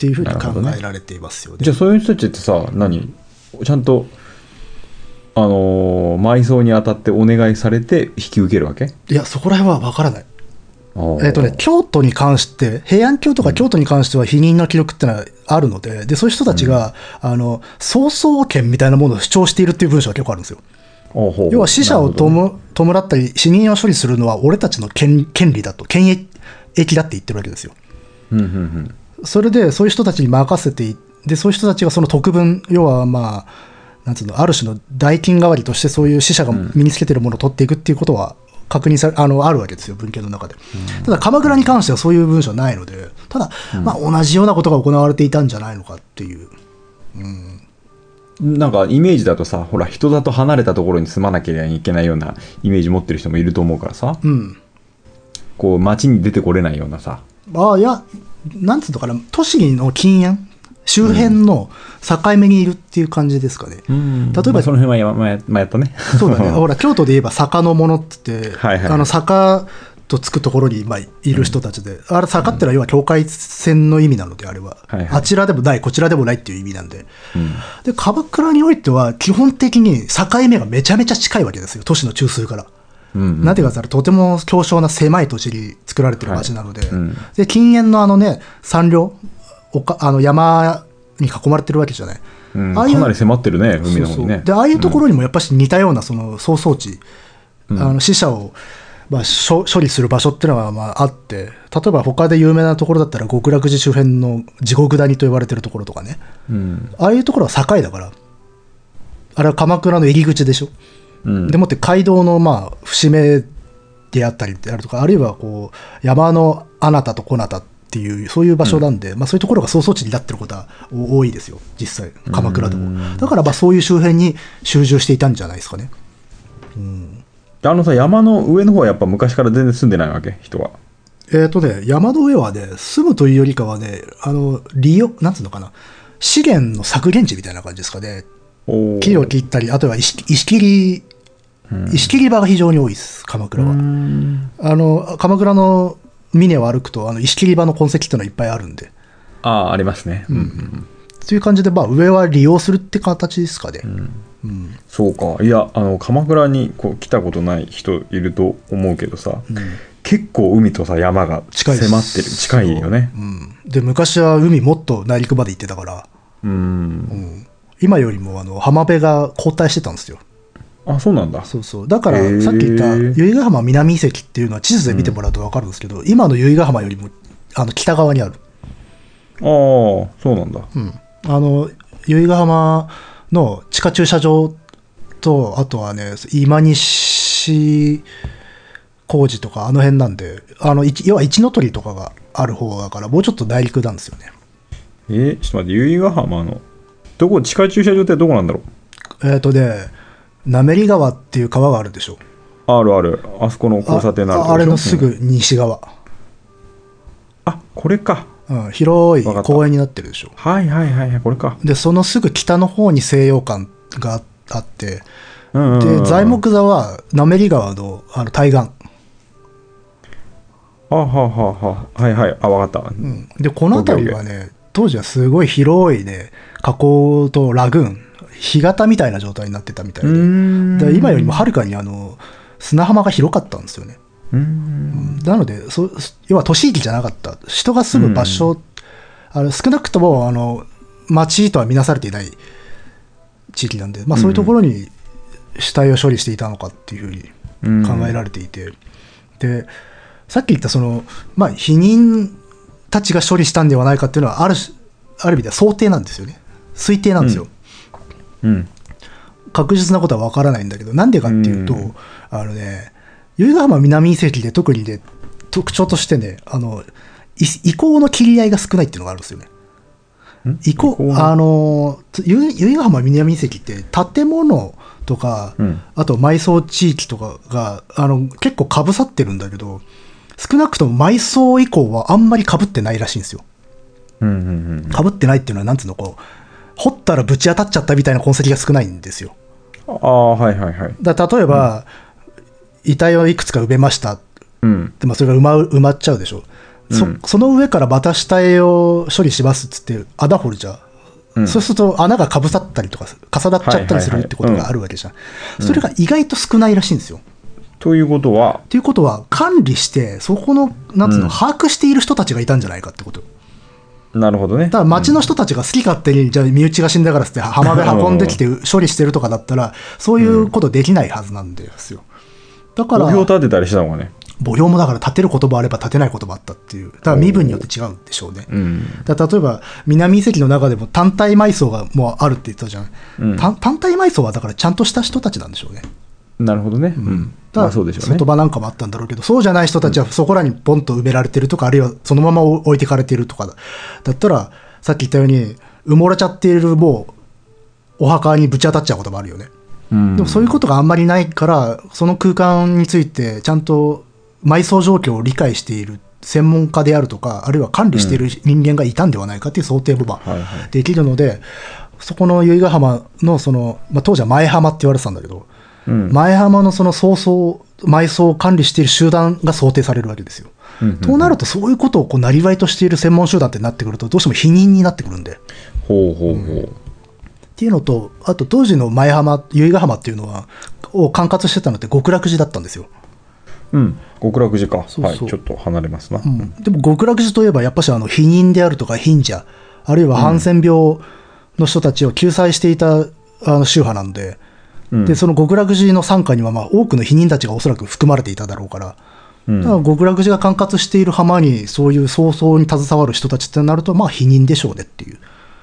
っていうふうに考えられていますよね。 じゃあそういう人たちってさ、何ちゃんとあのー、埋葬にあたってお願いされて引き受けるわけ？ いや、そこら辺は分からない。えーとね、京都に関して平安京とか京都に関しては否認の記録ってのはあるので、うん、でそういう人たちが、うん、あの葬送権みたいなものを主張しているっていう文章が結構あるんですよ。要は死者を弔、ね、弔ったり死人を処理するのは俺たちの 権, 権利だと権益だって言ってるわけですよ、 うんうんうん、 それでそういう人たちに任せてでそういう人たちがその特分、要はまあなんつうの、ある種の代金代わりとしてそういう死者が身につけてるものを取っていくっていうことは確認され あ, のあるわけですよ、文献の中で、うん、ただ鎌倉に関してはそういう文章はないので、ただ、うんまあ、同じようなことが行われていたんじゃないのかっていう、 うん、なんかイメージだとさ、ほら人里離れたところに住まなきゃいけないようなイメージ持ってる人もいると思うからさ、うん、こう街に出てこれないようなさ、 ああいやなんつうのかな、都市の近縁周辺の境目にいるっていう感じですかね、うん、例えば、まあ、 その辺は前やったねそうだねほら京都で言えば坂の者って言って、はいはい、あの坂とつくところに今いる人たちで、うん、あれ坂ってのは要は境界線の意味なので、あれは、はいはい、あちらでもないこちらでもないっていう意味なんで、うん、で鎌倉においては基本的に境目がめちゃめちゃ近いわけですよ、都市の中枢から、うんうん、なんていうかとても狭小な狭い土地に作られてる街なので、はいうん、で近縁のあのね山稜おかあの山に囲まれてるわけじゃない、 うん、ああいうかなり迫ってるね、海の方にね。 そうそうでああいうところにもやっぱり似たようなその葬送地、うん、あの死者を、まあ、処, 処理する場所っていうのがまああって、例えば他で有名なところだったら極楽寺周辺の地獄谷と呼ばれてるところとかね、うん、ああいうところは境だから、あれは鎌倉の入り口でしょ、うん、でもって街道のまあ節目であったりであるとか、あるいはこう山のあなたとこなたっていうそういう場所なんで、うんまあ、そういうところが葬送地になってることは多いですよ、実際鎌倉でも。だからまあそういう周辺に集中していたんじゃないですかね、うん、 あのさ山の上の方はやっぱ昔から全然住んでないわけ、人は。 えーとね山の上はね住むというよりかはね、あの利用なんつうのかな、資源の削減地みたいな感じですかね。木を切ったり、あとは石切り石切り場が非常に多いです鎌倉は。あの鎌倉の峰を歩くとあの石切り場の痕跡っていうのはいっぱいあるんで、 ああありますね、うんうん、 そういう感じで、まあ、上は利用するって形ですかね、うんうん、そうか。いやあの鎌倉にこう来たことない人いると思うけどさ、うん、結構海とさ山が迫ってる、近いよね、 うん、で昔は海もっと内陸まで行ってたから、うんうん、今よりもあの浜辺が後退してたんですよ。 あ、そうなんだ。 そうそう。だからさっき言った由比ヶ浜南遺跡っていうのは地図で見てもらうと分かるんですけど、うん、今の由比ヶ浜よりもあの北側にある。 ああ、そうなんだ。 うん。あの由比ヶ浜の地下駐車場と、あとはね今西工事とかあの辺なんで、あの要は一ノ鳥とかがある方だからもうちょっと内陸なんですよね。 えー、ちょっと待って、由比ヶ浜のどこ、地下駐車場ってどこなんだろう。えっ、ー、とね滑川っていう川があるでしょ。 あるある、あそこの交差点のあるあ, あれのすぐ西側、うん、 あ、これか、 うん、広い公園になってるでしょ。 はいはいはい、これか。 でそのすぐ北の方に西洋館があって、うんうんうんうん、で材木座は滑川 の, あの対岸。 あははははいはい、あ、分かった、うん、 でこの辺りはね当時はすごい広いね河口とラグーン、干潟みたいな状態になってたみたいで、で今よりもはるかにあの砂浜が広かったんですよね。うーん、なのでそ要は都市域じゃなかった、人が住む場所、あの少なくともあの町とは見なされていない地域なんで、まあ、そういうところに死体を処理していたのかっていうふうに考えられていて、でさっき言ったその、まあ、否認たちが処理したんではないかっていうのはある、ある意味では想定なんですよね、推定なんですよ。うん、確実なことは分からないんだけど、なんでかっていうと、うん、あのね由比ヶ浜南遺跡で特にね特徴としてね、あの遺構の切り合いが少ないっていうのがあるんですよね。遺構、あの由比ヶ浜南遺跡って建物とか、うん、あと埋葬地域とかがあの結構かぶさってるんだけど、少なくとも埋葬以降はあんまりかぶってないらしいんですよ。うんうんうん、かぶってないっていうのはなんつうの、こう掘ったらぶち当たっちゃったみたいな痕跡が少ないんですよ。 ああ、はいはいはい。 だ例えば、うん、遺体をいくつか埋めました、うん、でまあ、それが埋ま、埋まっちゃうでしょ。 そ, その上から股下絵を処理しますっつって穴掘るじゃん、うん、そうすると穴がかぶさったりとか重なっちゃったりするってことがあるわけじゃん、それが意外と少ないらしいんですよ。 ということはということは管理してそこのなんつうの、うん、把握している人たちがいたんじゃないかってこと。 なるほどね。 だから町の人たちが好き勝手に、うん、じゃあ身内が死んだからっつって浜辺運んできて処理してるとかだったらそういうことできないはずなんですよ。だから墓標立てたりしたのがね。 墓標もだから立てることもあれば立てないこともあったっていう。だから身分によって違うんでしょうね。うん、だから例えば南遺跡の中でも単体埋葬がもうあるって言ったじゃん、うん、単体埋葬はだからちゃんとした人たちなんでしょうね。 なるほどね。うん。だからそうでしょうね。 外場なんかもあったんだろうけど、そうじゃない人たちはそこらにポンと埋められてるとか、あるいはそのまま置いてかれてるとかだ。だったらさっき言ったように埋もれちゃっているもうお墓にぶち当たっちゃうこともあるよね。うん、でもそういうことがあんまりないから、その空間についてちゃんと埋葬状況を理解している専門家であるとか、あるいは管理している人間がいたんではないかっていう想定もまあできるので、はいはい、そこの由比ヶ浜のその、まあ、当時は前浜って言われてたんだけど、うん、前浜のその葬送埋葬を管理している集団が想定されるわけですよ。うんうんうん、となるとそういうことをこう生業としている専門集団ってなってくるとどうしても否認になってくるんで。 ほうほうほう。うん、 っていうのと、あと当時の前浜由比ヶ浜っていうのはを管轄してたのって極楽寺だったんですよ。 うん、極楽寺か。そうそう、はい、ちょっと離れますな。 うん、でも極楽寺といえばやっぱしあの避妊であるとか貧者、あるいはハンセン病の人たちを救済していたあの宗派なんで、うん、でその極楽寺の傘下にはまあ多くの避妊たちがおそらく含まれていただろうから、うん、だから極楽寺が管轄している浜にそういう葬送に携わる人たちってなるとまあ避妊でしょうねっていう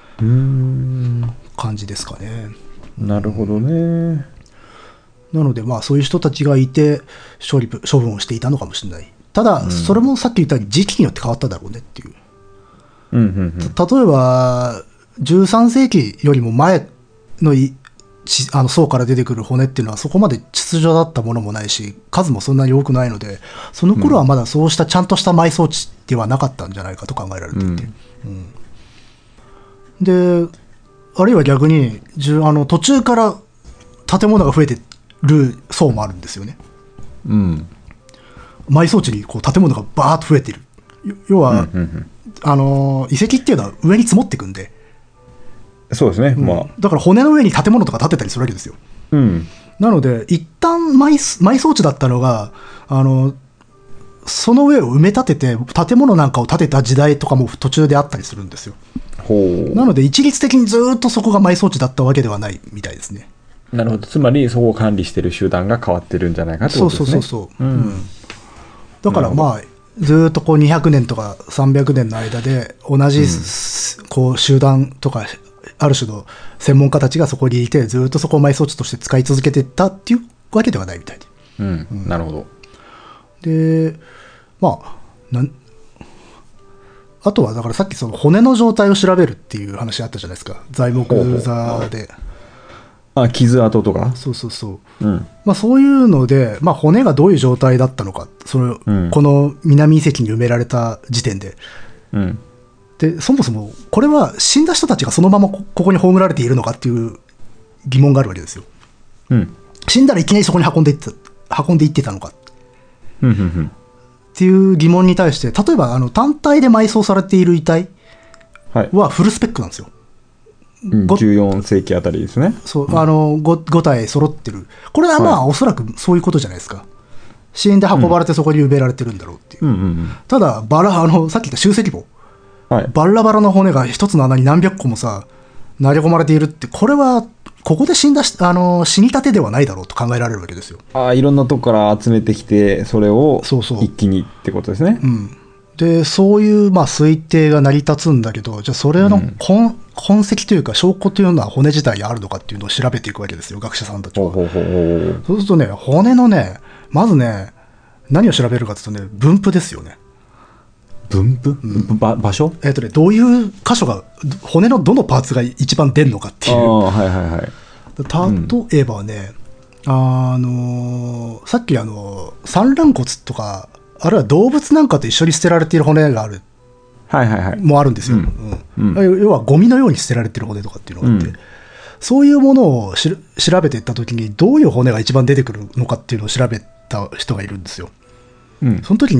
感じですかね。 なるほどね。 なのでまあそういう人たちがいて処理処分をしていたのかもしれない。ただそれもさっき言ったように時期によって変わっただろうねっていう、うんうんうん、例えばじゅうさん世紀よりも前のいあの層から出てくる骨っていうのはそこまで秩序だったものもないし数もそんなに多くないので、その頃はまだそうしたちゃんとした埋葬地ではなかったんじゃないかと考えられていて、うんうん、であるいは逆にあの途中から建物が増えてる層もあるんですよね、うん、埋葬地にこう建物がバーッと増えている。要は、うんうんうん、あの遺跡っていうのは上に積もっていくんで、 そうですね、うん、まあ、 だから骨の上に建物とか建てたりするわけですよ、うん、なので一旦 埋, 埋葬地だったのがあのその上を埋め立てて建物なんかを建てた時代とかも途中であったりするんですよ。ほう。なので一律的にずっとそこが埋葬地だったわけではないみたいですね。 なるほど。つまりそこを管理している集団が変わってるんじゃないかってことですね。そうそうそうそう、うんうん、 だからまあずっとこうにひゃくねんとかさんびゃくねんの間で同じ、うん、こう集団とかある種の専門家たちがそこにいてずっとそこを埋葬地として使い続けてたっていうわけではないみたいで、 うんうん、なるほど。 でまあなんあとはだからさっきその骨の状態を調べるっていう話あったじゃないですか、材木座で。 あ、傷跡とか。 そうそうそう、うん、まあ、そういうので、まあ、骨がどういう状態だったのかその、うん、この南遺跡に埋められた時点で、うん、でそもそもこれは死んだ人たちがそのままここに葬られているのかっていう疑問があるわけですよ、うん、死んだらいきなりそこに運んでいって運んでいってたのか、うんうんうん、っていう疑問に対して例えばあの単体で埋葬されている遺体はフルスペックなんですよ、 はい、じゅうよん世紀あたりですね。 そう、うん、あの 5, ご体揃ってる。これはまあ、はい、おそらくそういうことじゃないですか。死んで運ばれてそこに埋められてるんだろうっていう、うんうんうん、ただバラあのさっき言った集積墓、はい、バラバラの骨が一つの穴に何百個もさ投げ込まれているって、これはここで死んだあの死にたてではないだろうと考えられるわけですよ。 ああ、いろんなとこから集めてきてそれを一気にってことですね。 そうそう、うん、でそういうまあ推定が成り立つんだけど、じゃあそれの痕、うん、痕跡というか証拠というのは骨自体にあるのかっていうのを調べていくわけですよ、学者さんたちは。ほうほうほう。そうするとね、骨のねまずね何を調べるかというとね、分布ですよね。 分布、うん、ば場所、 えーとね、どういう箇所が骨のどのパーツが一番出るのかっていう。あ、はいはいはい、例えばね、うん、あのさっきあの産卵骨とかあるいは動物なんかと一緒に捨てられている骨がある、はいはいはい、もあるんですよ、うんうん、要はゴミのように捨てられている骨とかっていうのがあって、うん、そういうものをし調べていったときにどういう骨が一番出てくるのかっていうのを調べた人がいるんですよ、うん、その時にあ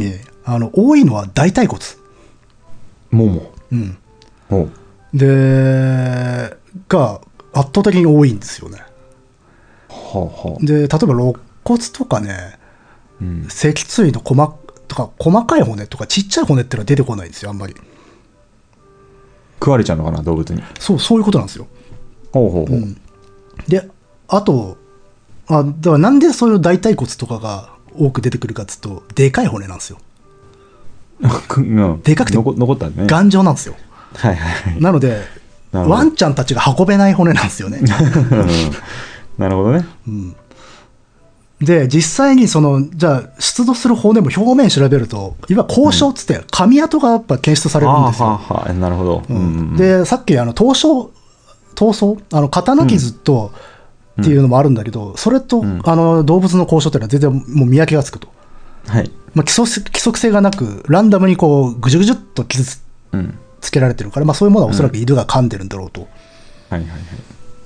あの多いのは大腿骨。 もも。 うん。 おう。 で、が圧倒的に多いんですよね。 はあはあ。 で、例えば肋骨とかね、 うん、 脊椎の細とか細かい骨とかちっちゃい骨ってのは出てこないんですよ、あんまり。 食われちゃうのかな、動物に。 そう、そういうことなんですよ。 ほうほうほう。うん、 で、あと、あ、だからなんでそういう大腿骨とかが多く出てくるかっつうと、でかい骨なんですよ。 うん、 でかくて残ったね。 頑丈なんですよ。 はいはいはい。 なので、ワンちゃんたちが運べない骨なんですよね。 なるほどね。 うん、で、実際にその、じゃあ、出土する骨も表面調べると、いわゆる交渉っつって、噛み跡がやっぱ検出されるんですよ。 うん、はあはあ、なるほど。うんうんうん、 で、さっき、あの、刀傷、刀創あの刀傷と、っていうのもあるんだけど、それと、うん、あの動物の交渉っていうのは全然もう見分けがつくと。 はい。 まあ、規則、規則性がなく、ランダムにこう、ぐじゅぐじゅっと傷つ、うん、つけられてるから、まあ、そういうものはおそらく犬が噛んでるんだろうと。うん、はいはいはい。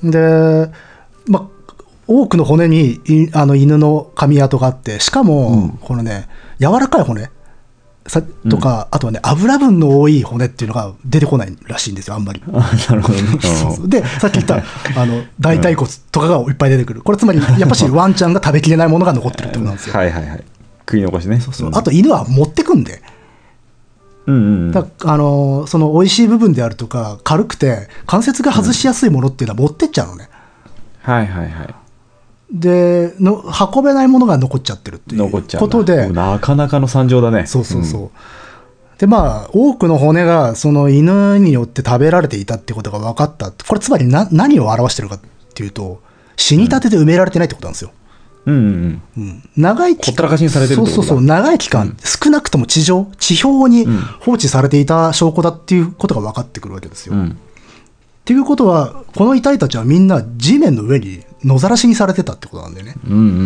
で、まあ、多くの骨にあの犬の噛み跡があって、しかも、うん、このね、柔らかい骨さとか、うん、あとはね、油分の多い骨っていうのが出てこないらしいんですよ、あんまり。 あ、なるほどね。 そうそうで、さっき言ったあの大腿骨とかがいっぱい出てくる。これつまり、やっぱしワンちゃんが食べきれないものが残ってるってことなんですよ。 はいはいはい。食い残しね。 そうそう。あと犬は持ってくんで。 うんうんうん、 だあのその美味しい部分であるとか、軽くて関節が外しやすいものっていうのは持ってっちゃうのね。 うん、はいはいはい。 での運べないものが残っちゃってるっていうことで、 なかなかの惨状だね。 そうそうそう、うん、でまあ多くの骨がその犬によって食べられていたってことが分かった。これつまりな何を表してるかっていうと、死にたてで埋められてないってことなんですよ。うんうんうん、長い期間、 ほったらかしにされてるってことだ。 そうそうそう、長い期間、うん、少なくとも地上地表に放置されていた証拠だっていうことが分かってくるわけですよ。うん、っていうことは、この遺体たちはみんな地面の上に野ざらしにされてたってことなんだよね。うんうんうん、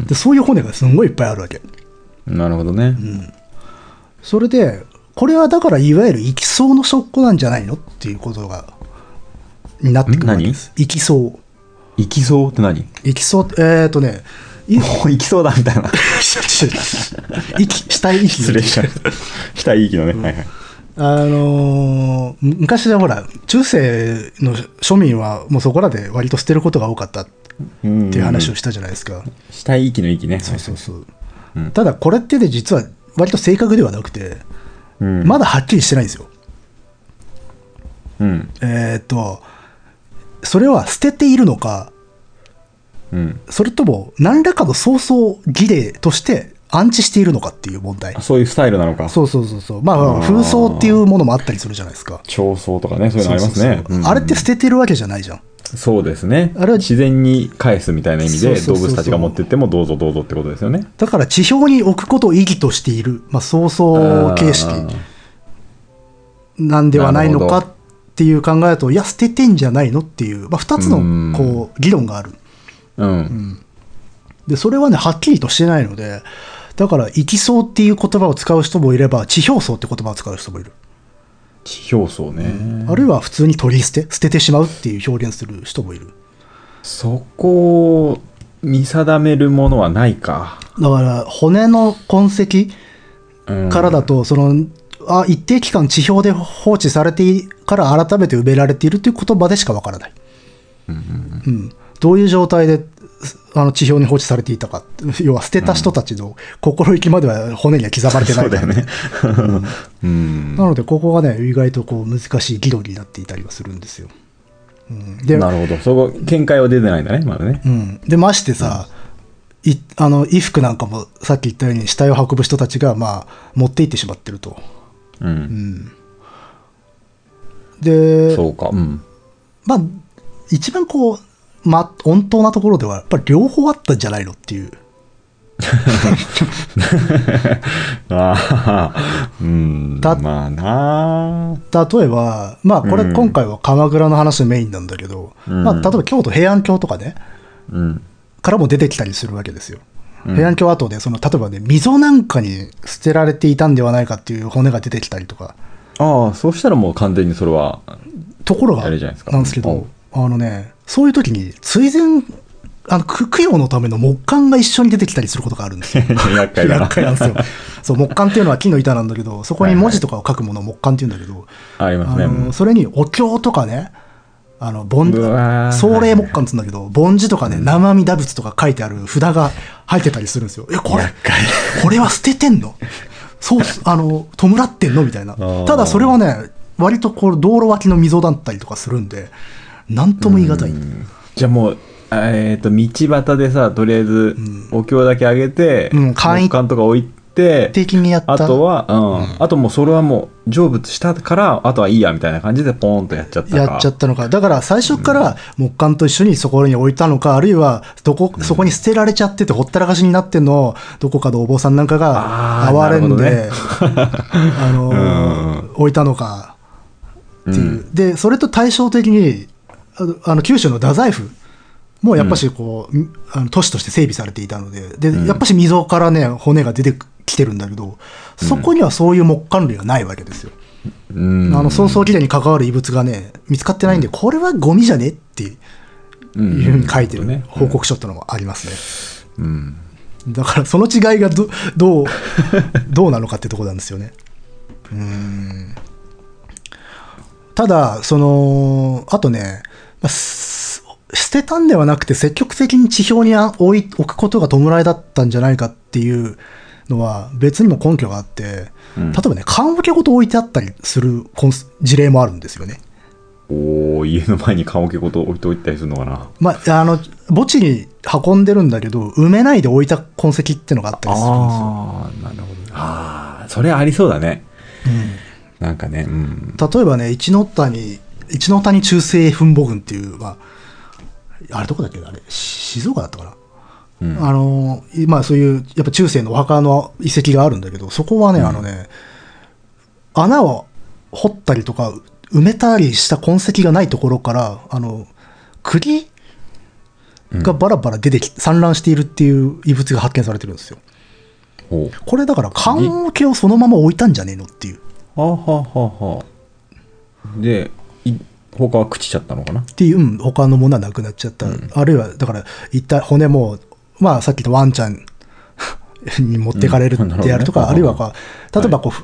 でそういう骨がすごいいっぱいあるわけ。 なるほどね。 うん、それでこれはだからいわゆる生きそうの証拠なんじゃないのっていうことがになってくるわけです。生きそう。 生きそうって何？ 生きそうえーっとね生きそうだみたいな。 息死体息失礼しました。死体息のね。うん、はいはい。 あのー、昔はほら中世の庶民はもうそこらで割と捨てることが多かったっていう話をしたじゃないですか。 死体息の息ね。 そうそうそう。うん、ただこれってで実は割と正確ではなくて、うん、まだはっきりしてないんですよ。うん、えーっとそれは捨てているのか、うん、それとも何らかの葬送儀礼として安置しているのかっていう問題。 そういうスタイルなのか。 そうそうそうそう。まあ風葬っていうものもあったりするじゃないですか。 彫葬とかね、そういうのありますね。 あれって捨ててるわけじゃないじゃん。 そうですね。あれは自然に返すみたいな意味で動物たちが持ってってもどうぞどうぞってことですよね。 だから地表に置くことを意義としている、まあ、葬送形式なんではないのかっていう考えと、いや捨ててんじゃないのっていう、まあ、ふたつのこう議論がある。うんうん、でそれはねはっきりとしてないので、だから生きそうっていう言葉を使う人もいれば地表層って言葉を使う人もいる。 地表層ね、 うん、あるいは普通に取り捨て捨ててしまうっていう表現する人もいる。 そこを見定めるものはないか。 だから骨の痕跡からだと、うん、そのあ一定期間地表で放置されているから改めて埋められているという言葉でしかわからない、うんうんうん、どういう状態であの地表に放置されていたか、要は捨てた人たちの心意気までは骨には刻まれてない、 そうだよねうん、なのでここがね意外とこう難しい議論になっていたりはするんですよ、うん、でなるほど、そこ見解は出てないんだねまだね、 うん、でましてさ、うん、いあの衣服なんかもさっき言ったように死体を運ぶ人たちがまあ持って行ってしまってると、うんうん、でそうか、うん、 まあ一番こうまあ、本当なところではやっぱり両方あったんじゃないのっていうあうんたまあな例えば、まあ、これ今回は鎌倉の話のメインなんだけど、うんまあ、例えば京都平安京とかね、うん、からも出てきたりするわけですよ、うん、平安京跡でその例えばね溝なんかに捨てられていたんではないかっていう骨が出てきたりとか。 ああそうしたらもう完全にそれはところがなんですけど、あのねそういう時に追善あの供養のための木簡が一緒に出てきたりすることがあるんですよ。 厄介だな。 厄介なんですよ。そう、木簡っていうのは木の板なんだけど、そこに文字とかを書くものを木簡っていうんだけど、 ありますね。 あのそれにお経とかね、あの梵壮麗木簡って言うんだけど、梵字とかね、南無阿弥陀仏とか書いてある札が入ってたりするんですよ。え、これ、これは捨ててんの？そう、あの、弔ってんのみたいな。ただそれはね、割とこう道路脇の溝だったりとかするんで、なんとも言い難い。 じゃあもう、えっと、道端でさ、とりあえず、お経だけあげて、 うん、簡易木簡とか置いて、 的にやった。 あとは、うん、うん、あともうそれはもう成仏したから、あとはいいやみたいな感じでポーンとやっちゃったか。 やっちゃったのか。だから最初から木簡と一緒にそこに置いたのか、あるいはどこ、そこに捨てられちゃっててほったらかしになってんのを、どこかのお坊さんなんかが哀れんで、あ、ね、あのー、置いたのかっていう、うん。で、それと対照的に、あの九州の太宰府もやっぱしこう、うん、あの都市として整備されていたので、で、やっぱし溝からね、骨が出てきてるんだけど、そこにはそういう木簡類はないわけですよ。うん、あの葬送儀礼に関わる遺物がね、見つかってないんで、これはゴミじゃねっていうふうに書いてる報告書ってのもありますね。うんうん、だからその違いが ど, どうどうなのかってところなんですよね。うん、ただそのあとね、まあ、捨てたんではなくて積極的に地表に置い置くことが弔いだったんじゃないかっていうのは別にも根拠があって、うん、例えばね、棺桶ごと置いてあったりする事例もあるんですよね。 おー、家の前に棺桶ごと置いておいたりするのかな。 まあ、あの墓地に運んでるんだけど埋めないで置いた痕跡っていうのがあったりするんですよ。 ああ、なるほど。ああ、それありそうだね。うん、なんかね、うん、 例えばね、一ノ谷一ノ谷中世墳墓群っていう、まあ、あれどこだっけ、あれ静岡だったかな。うん、あのまあ、そういうやっぱ中世のお墓の遺跡があるんだけど、そこはね、うん、あのね穴を掘ったりとか埋めたりした痕跡がないところからあの釘がバラバラ出てき、うん、散乱しているっていう遺物が発見されてるんですよ。これだから棺桶をそのまま置いたんじゃねえのっていう。 はあ、はあはあ、で他は朽ちちゃったのかなっていう、うん、他のものはなくなっちゃった、うん、あるいはだから一体骨も、まあ、さっき言ったワンちゃんに持ってかれるってやるとか、うん、ね、あるいはこう例えばこう、はい、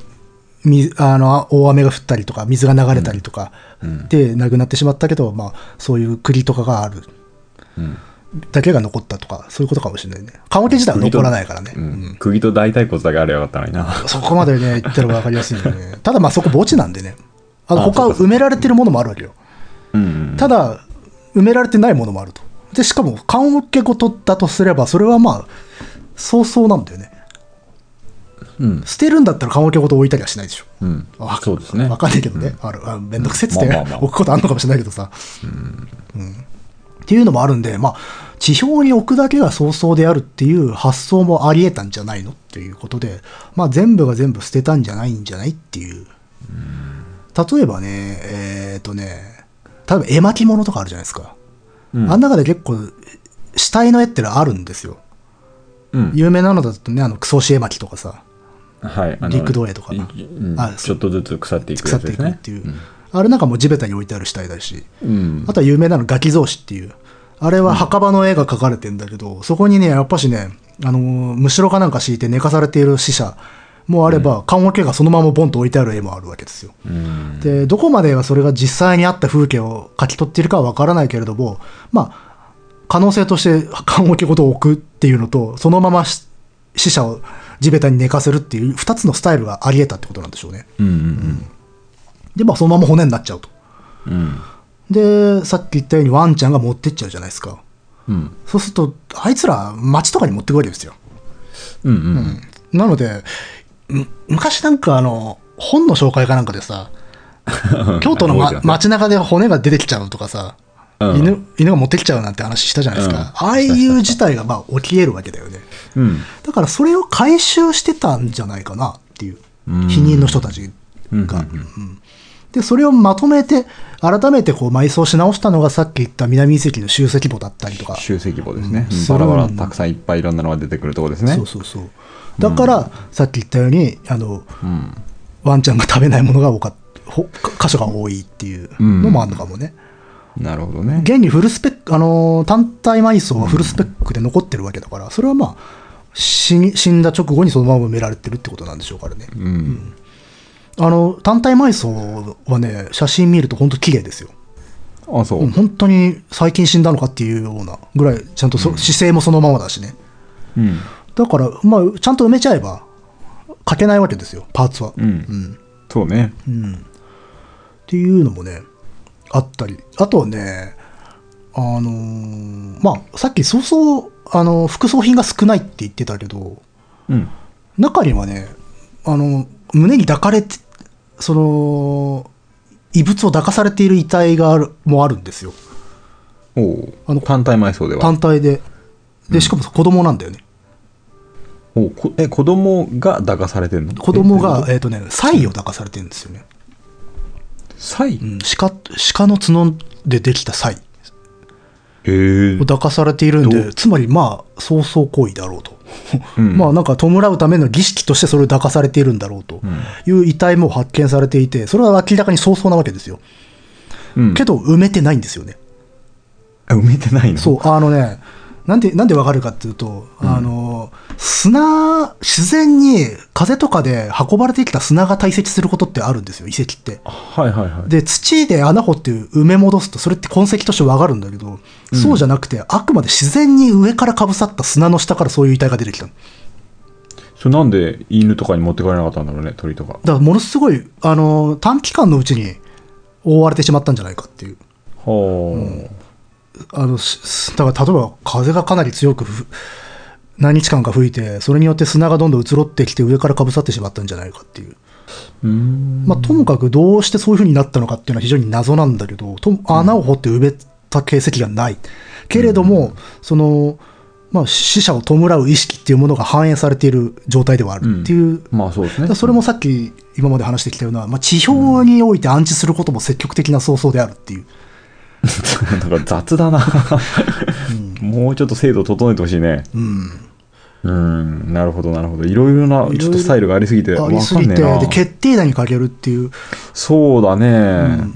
水あの大雨が降ったりとか水が流れたりとかで亡くなってしまったけど、まあ、そういう栗とかがある、うん、だけが残ったとか、そういうことかもしれないね。棺桶自体は残らないからね。 うんうん、釘と大腿骨だけあればよかったのにな。 そこまでね言ったら分かりやすいんだよね。ただまあそこ墓地なんでね、あの他埋められてるものもあるわけよ。うんうん、ただ埋められてないものもあると。でしかも棺桶ごとだとすればそれはまあそうそうなんだよね。うん、捨てるんだったら棺桶ごと置いたりはしないでしょ。うん、そうですね。分かんないけどね、うん、あるあめんどくせえっつって、まあまあまあ、置くことあるのかもしれないけどさ、うんうん、っていうのもあるんで、まあ、地表に置くだけが早々であるっていう発想もありえたんじゃないのっていうことで、まあ、全部が全部捨てたんじゃないんじゃないっていう。うん、例えばねえっ、ー、とね例えば絵巻物とかあるじゃないですか、うん、あん中で結構死体の絵ってのはあるんですよ、うん、有名なのだとね、あのクソシ絵巻とかさ、はい、陸道絵とか、うん、あちょっとずつ腐っていくやつですね。 腐っていくっていう、うん、あれなんかもう地べたに置いてある死体だし、うん、あとは有名なのガキ草紙っていう、あれは墓場の絵が描かれてんだけど、うん、そこにねやっぱしね、あのー、むしろかなんか敷いて寝かされている死者もあれば、棺桶がそのままボンと置いてある絵もあるわけですよ。うん、でどこまではそれが実際にあった風景を描き取っているかは分からないけれども、まあ可能性として棺桶ごと置くっていうのと、そのまま死者を地べたに寝かせるっていうふたつのスタイルがありえたってことなんでしょうね。うんうんうん、でまあそのまま骨になっちゃうと。うん、でさっき言ったようにワンちゃんが持ってっちゃうじゃないですか。うん、そうするとあいつら町とかに持ってくわけですよ。うんうんうん、なので昔なんかあの本の紹介かなんかでさ京都の、ま、街中で骨が出てきちゃうとかさ、うん、犬, 犬が持ってきちゃうなんて話したじゃないですか、うん、ああいう事態がまあ起きえるわけだよね、うん、だからそれを回収してたんじゃないかなっていう、否認の人たちが、うんうんうん、でそれをまとめて改めてこう埋葬し直したのがさっき言った南遺跡の集積墓だったりとか。 集積墓ですね、うん、バラバラたくさんいっぱいいろんなのが出てくるところですね。 そうそうそう、だから、うん、さっき言ったようにあの、うん、ワンちゃんが食べないものが多か箇所が多いっていうのもあるのかもね。 なるほどね。 現にフルスペック、あのー単体埋葬はフルスペックで残ってるわけだから、それはまあ死に死んだ直後にそのまま埋められてるってことなんでしょうからね。 うんうんあの単体埋葬はね、写真見ると本当綺麗ですよ。 あそう、 うん本当に最近死んだのかっていうようなぐらいちゃんとそ、うん、姿勢もそのままだしね。 うん、 だから、まあ、ちゃんと埋めちゃえば書けないわけですよ、パーツは。 うんうん、そうね、 うん。っていうのもねあったり、あとはね、あのー、まあさっきそうそうあの副葬品が少ないって言ってたけど、 うん、 中にはね、あの胸に抱かれてその異物を抱かされている遺体があるもあるんですよ。 おあの単体埋葬では単体ででしかも子供なんだよね。 うん、おこえ子供が抱かされてるの？ 子供がえっ、ー、とね鞘を抱かされてるんですよね。 鞘、 うん、鹿, 鹿の角でできた鞘へを抱かされているんで、つまりまあ葬送行為だろうと、 うん、 まあなんか弔うための儀式としてそれを抱かされているんだろうという遺体も発見されていて、それは明らかに葬送なわけですよ、うん、けど埋めてないんですよね。 埋めてないの？ そうあのねなんでなんでわかるかっていうと、うん、あの砂自然に風とかで運ばれてきた砂が堆積することってあるんですよ、遺跡って。 はいはいはい。 で土で穴掘って埋め戻すとそれって痕跡としてわかるんだけど、うん、そうじゃなくてあくまで自然に上からかぶさった砂の下からそういう遺体が出てきたの。 それなんで犬とかに持って帰れなかったんだろうね、鳥とか。だからものすごいあの短期間のうちに覆われてしまったんじゃないかっていう。 はあ、 うんあのだから例えば風がかなり強く何日間か吹いてそれによって砂がどんどん移ろってきて上からかぶさってしまったんじゃないかっていう。 うーん、 まあ、ともかくどうしてそういう風になったのかっていうのは非常に謎なんだけど、と穴を掘って埋めた形跡がない、うん、けれどもその、まあ、死者を弔う意識っていうものが反映されている状態ではあるっていう、うん、 まあそうですね。 それもさっき今まで話してきたような、まあ、地表において安置することも積極的な葬送であるっていうなんか雑だな、うん、もうちょっと精度整えてほしいね。うん、うんなるほどなるほど。いろいろなちょっとスタイルがありすぎて分かんねえな。ありすぎてで決定打にかけるっていう。 そうだね、うん、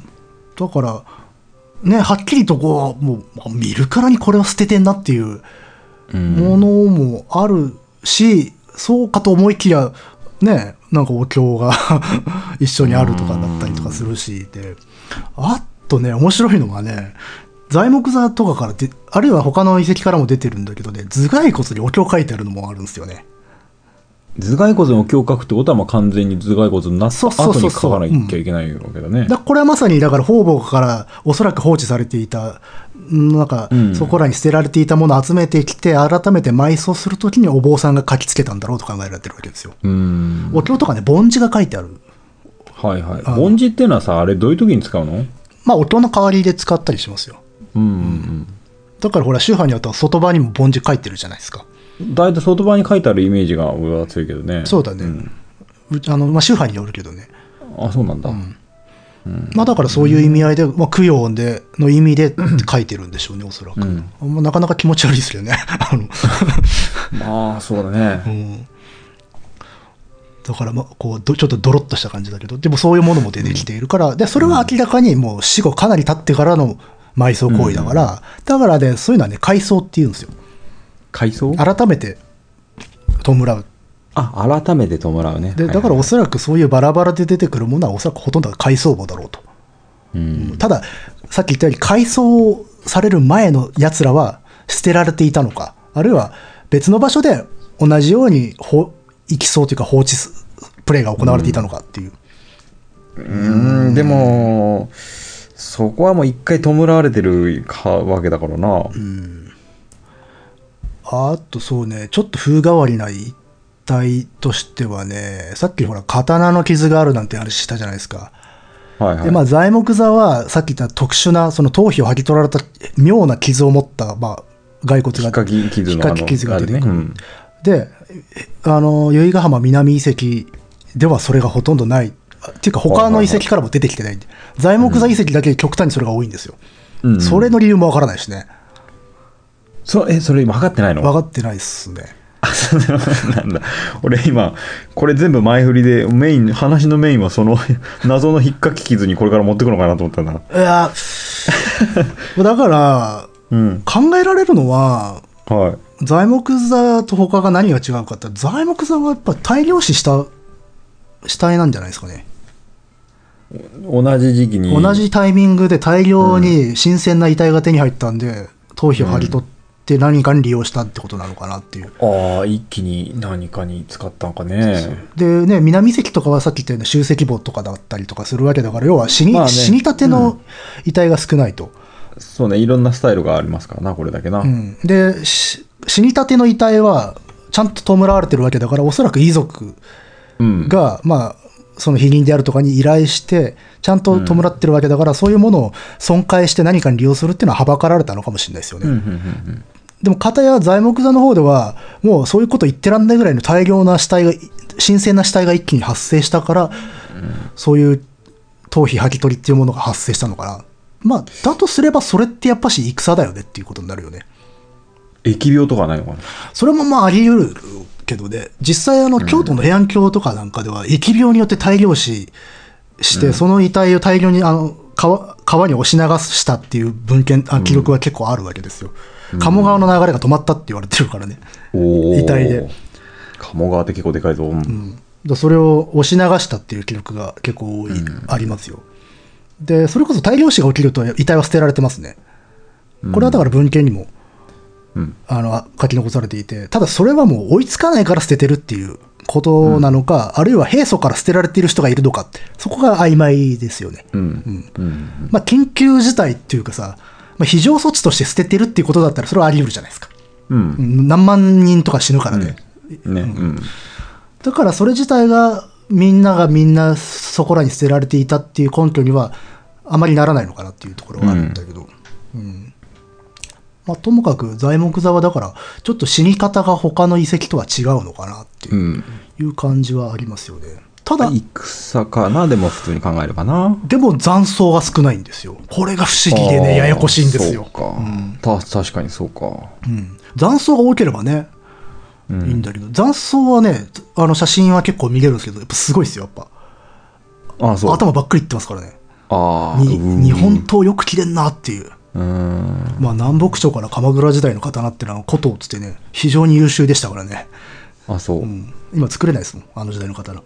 だからねはっきりとこうもう見るからにこれは捨ててんなっていうものもあるし、うん、そうかと思いきやねなんかお経が一緒にあるとかだったりとかするし、であとね面白いのがね、材木座とかからであるいは他の遺跡からも出てるんだけどね、頭蓋骨にお経書いてあるのもあるんですよね。 頭蓋骨にお経を書くってことはまあ完全に頭蓋骨になった後に書かなきゃいけないわけだね。 だこれはまさにだから方々からおそらく放置されていたなんかそこらに捨てられていたものを集めてきて改めて埋葬するときにお坊さんが書きつけたんだろうと考えられてるわけですよ。うんお経とかね梵字が書いてある。 はいはい。梵字っていうのはさあれどういう時に使うの？ まあお経の代わりで使ったりしますよ。うんうんうん、だからほら宗派によっては外場にも梵字書いてるじゃないですか。 だいたい外場に書いてあるイメージが俺は強いけどね。 そうだね、うんあのまあ、宗派によるけどね。 あそうなんだ、 うんうんまあ、だからそういう意味合いで、まあ、供養での意味で書いてるんでしょうねおそらく、うんまあ、なかなか気持ち悪いですよねあのまあそうだね、 うん、だからまあこうどちょっとドロッとした感じだけどでもそういうものも出てきているから、うん、でそれは明らかにもう死後かなり経ってからの埋葬行為だから、うん、だからねそういうのはね改葬っていうんですよ。 改葬？ 改めて弔う。 あ改めて弔うね。 でだからおそらくそういうバラバラで出てくるものはおそらくほとんどが改葬墓だろうと、うん、たださっき言ったように改葬される前のやつらは捨てられていたのかあるいは別の場所で同じように遺棄葬というか放置プレイが行われていたのかっていう、 うん、うんでもそこはもう一回弔われてるわけだからな。うんあとそうねちょっと風変わりな遺体としてはねさっきほら刀の傷があるなんて話したじゃないですか。はいはい、でまあ材木座はさっき言った特殊なその頭皮を剥ぎ取られた妙な傷を持った、まあ、骸骨がひっかき傷のひっかき傷が出てくる、 ねうん、 であの由比ヶ浜南遺跡ではそれがほとんどないっていうか他の遺跡からも出てきてないんで、材木座遺跡だけ極端にそれが多いんですよ、うん、それの理由もわからないしね。 そえそれ分かってないの？ 分かってないっすね。 なんだ俺今これ全部前振りでメイン話のメインはその謎の引っかき傷にこれから持ってくのかなと思ったんだ。 いやだから、 うん、 考えられるのは、 はい、 材木座と他が何が違うかって、材木座はやっぱ大量死した死体なんじゃないですかね。 同じ時期に同じタイミングで大量に新鮮な遺体が手に入ったんで、頭皮を剥ぎ取って何かに利用したってことなのかなっていう、 うん、ああ一気に何かに使ったんかね。 でね、南関とかはさっき言ったような集積墓とかだったりとかするわけだから、要は死に、まあね、死にたての遺体が少ないと、 うん、そうね、いろんなスタイルがありますからな、これだけな、 うん、で死にたての遺体はちゃんと弔われてるわけだから、おそらく遺族が、うん、まあその否認であるとかに依頼してちゃんと弔ってるわけだから、うん、そういうものを損壊して何かに利用するっていうのははばかられたのかもしれないですよね、うんうんうんうん、でも片や材木座の方ではもうそういうこと言ってらんないぐらいの大量な死体が、新鮮な死体が一気に発生したから、うん、そういう頭皮剥ぎ取りっていうものが発生したのかな。まあだとすればそれってやっぱし戦だよねっていうことになるよね。 疫病とかないのかな。 それもまああり得るけどね、実際あの京都の平安京とかなんかでは疫病によって大量死して、うん、その遺体を大量にあの 川, 川に押し流したっていう文献あ記録は結構あるわけですよ、うん、鴨川の流れが止まったって言われてるからね、うん、遺体で。 鴨川って結構でかいぞ、うんうん、だそれを押し流したっていう記録が結構多い、うん、ありますよ。でそれこそ大量死が起きると遺体は捨てられてますね。これはだから文献にもうん、あの書き残されていて、ただそれはもう追いつかないから捨ててるっていうことなのか、うん、あるいは平素から捨てられている人がいるのかって、そこが曖昧ですよね、うんうんうん、まあ、緊急事態っていうかさ、まあ、非常措置として捨ててるっていうことだったらそれはあり得るじゃないですか、うん、何万人とか死ぬからね、うんねうん、だからそれ自体がみんながみんなそこらに捨てられていたっていう根拠にはあまりならないのかなっていうところはあるんだけど、うんうんまあ、ともかく材木座はだからちょっと死に方が他の遺跡とは違うのかなっていう感じはありますよね、うん、ただ戦かな。でも普通に考えればな。 でも残像が少ないんですよ。これが不思議でねややこしいんですよ。 そうか、うん、た確かにそうか、 うん、残像が多ければね、うん、いいんだけど、残像はねあの写真は結構見れるんですけどやっぱすごいですよ。やっぱあそう頭ばっかりいってますからね。あに日本刀よく切れんなっていう。うんまあ、南北朝から鎌倉時代の刀ってのは古刀っつってね非常に優秀でしたからね。 あそう、 うん、今作れないですもんあの時代の刀。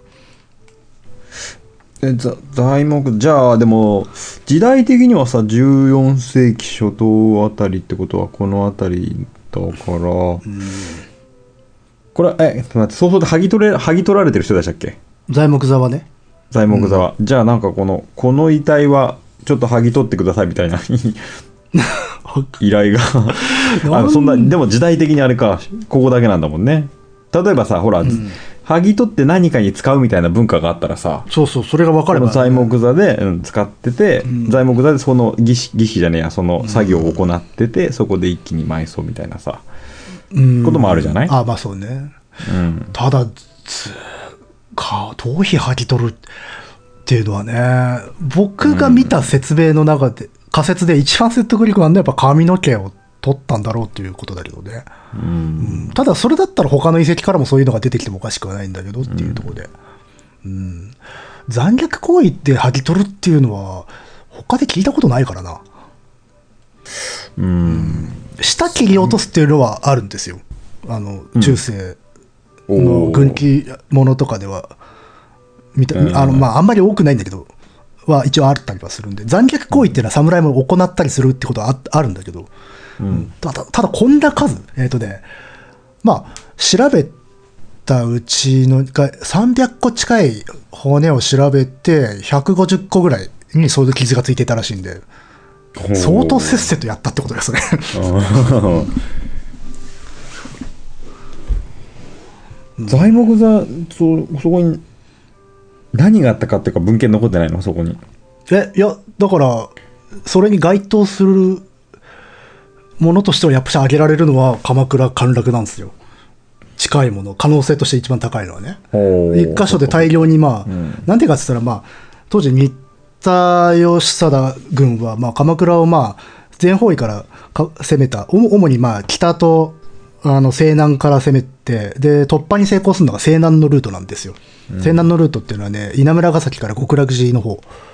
え材木じゃあでも時代的にはさじゅうよん世紀初頭あたりってことはこのあたりだから、うん、これえ待ってそうそうで剥ぎ取れ剥ぎ取られてる人でしたっけ。 材木座はね。 材木座は、うん、じゃあなんかこのこの遺体はちょっと剥ぎ取ってくださいみたいな依頼があのそんなでも時代的にあれかここだけなんだもんね。例えばさほら、うん、剥ぎ取って何かに使うみたいな文化があったらさそうそうそれが分かれば、ね、 この材木座で、うん、使ってて、うん、材木座でその儀式儀式じゃねえやその作業を行ってて、うん、そこで一気に埋葬みたいなさ、うん、こともあるじゃない。 あまあそうね、うん、ただか頭皮剥ぎ取るっていうのはね僕が見た説明の中で、うん、仮説で一番説得力があるのはやっぱ髪の毛を取ったんだろうっていうことだけどね、うんうん、ただそれだったら他の遺跡からもそういうのが出てきてもおかしくはないんだけどっていうところで、うんうん、残虐行為って剥ぎ取るっていうのは他で聞いたことないからな、うん、舌切り落とすっていうのはあるんですよ。あの中世の軍記物とかでは見た、うん、あのまああんまり多くないんだけどは一応あったりはするんで残虐行為っていうのは侍も行ったりするってことは あ, あるんだけど、うん、ただただこんな数えっ、ー、とねまあ調べたうちのがさんびゃっこ近い骨を調べてひゃくごじゅっこぐらいにそういう傷がついていたらしいんで相当せっせとやったってことですね材木座 そ, そこに何があったかっていうか文献残ってないのそこに。 えいやだからそれに該当するものとしてはやっぱし挙げられるのは鎌倉陥落なんですよ。近いもの可能性として一番高いのはね一箇所で大量にまあ、うん、なんていうかって言ったらまあ当時新田義貞軍はまあ鎌倉をまあ全方位から攻めた主にまあ北とあの西南から攻めてで突破に成功するのが西南のルートなんですよ、うん、西南のルートっていうのはね稲村ヶ崎から極楽寺の方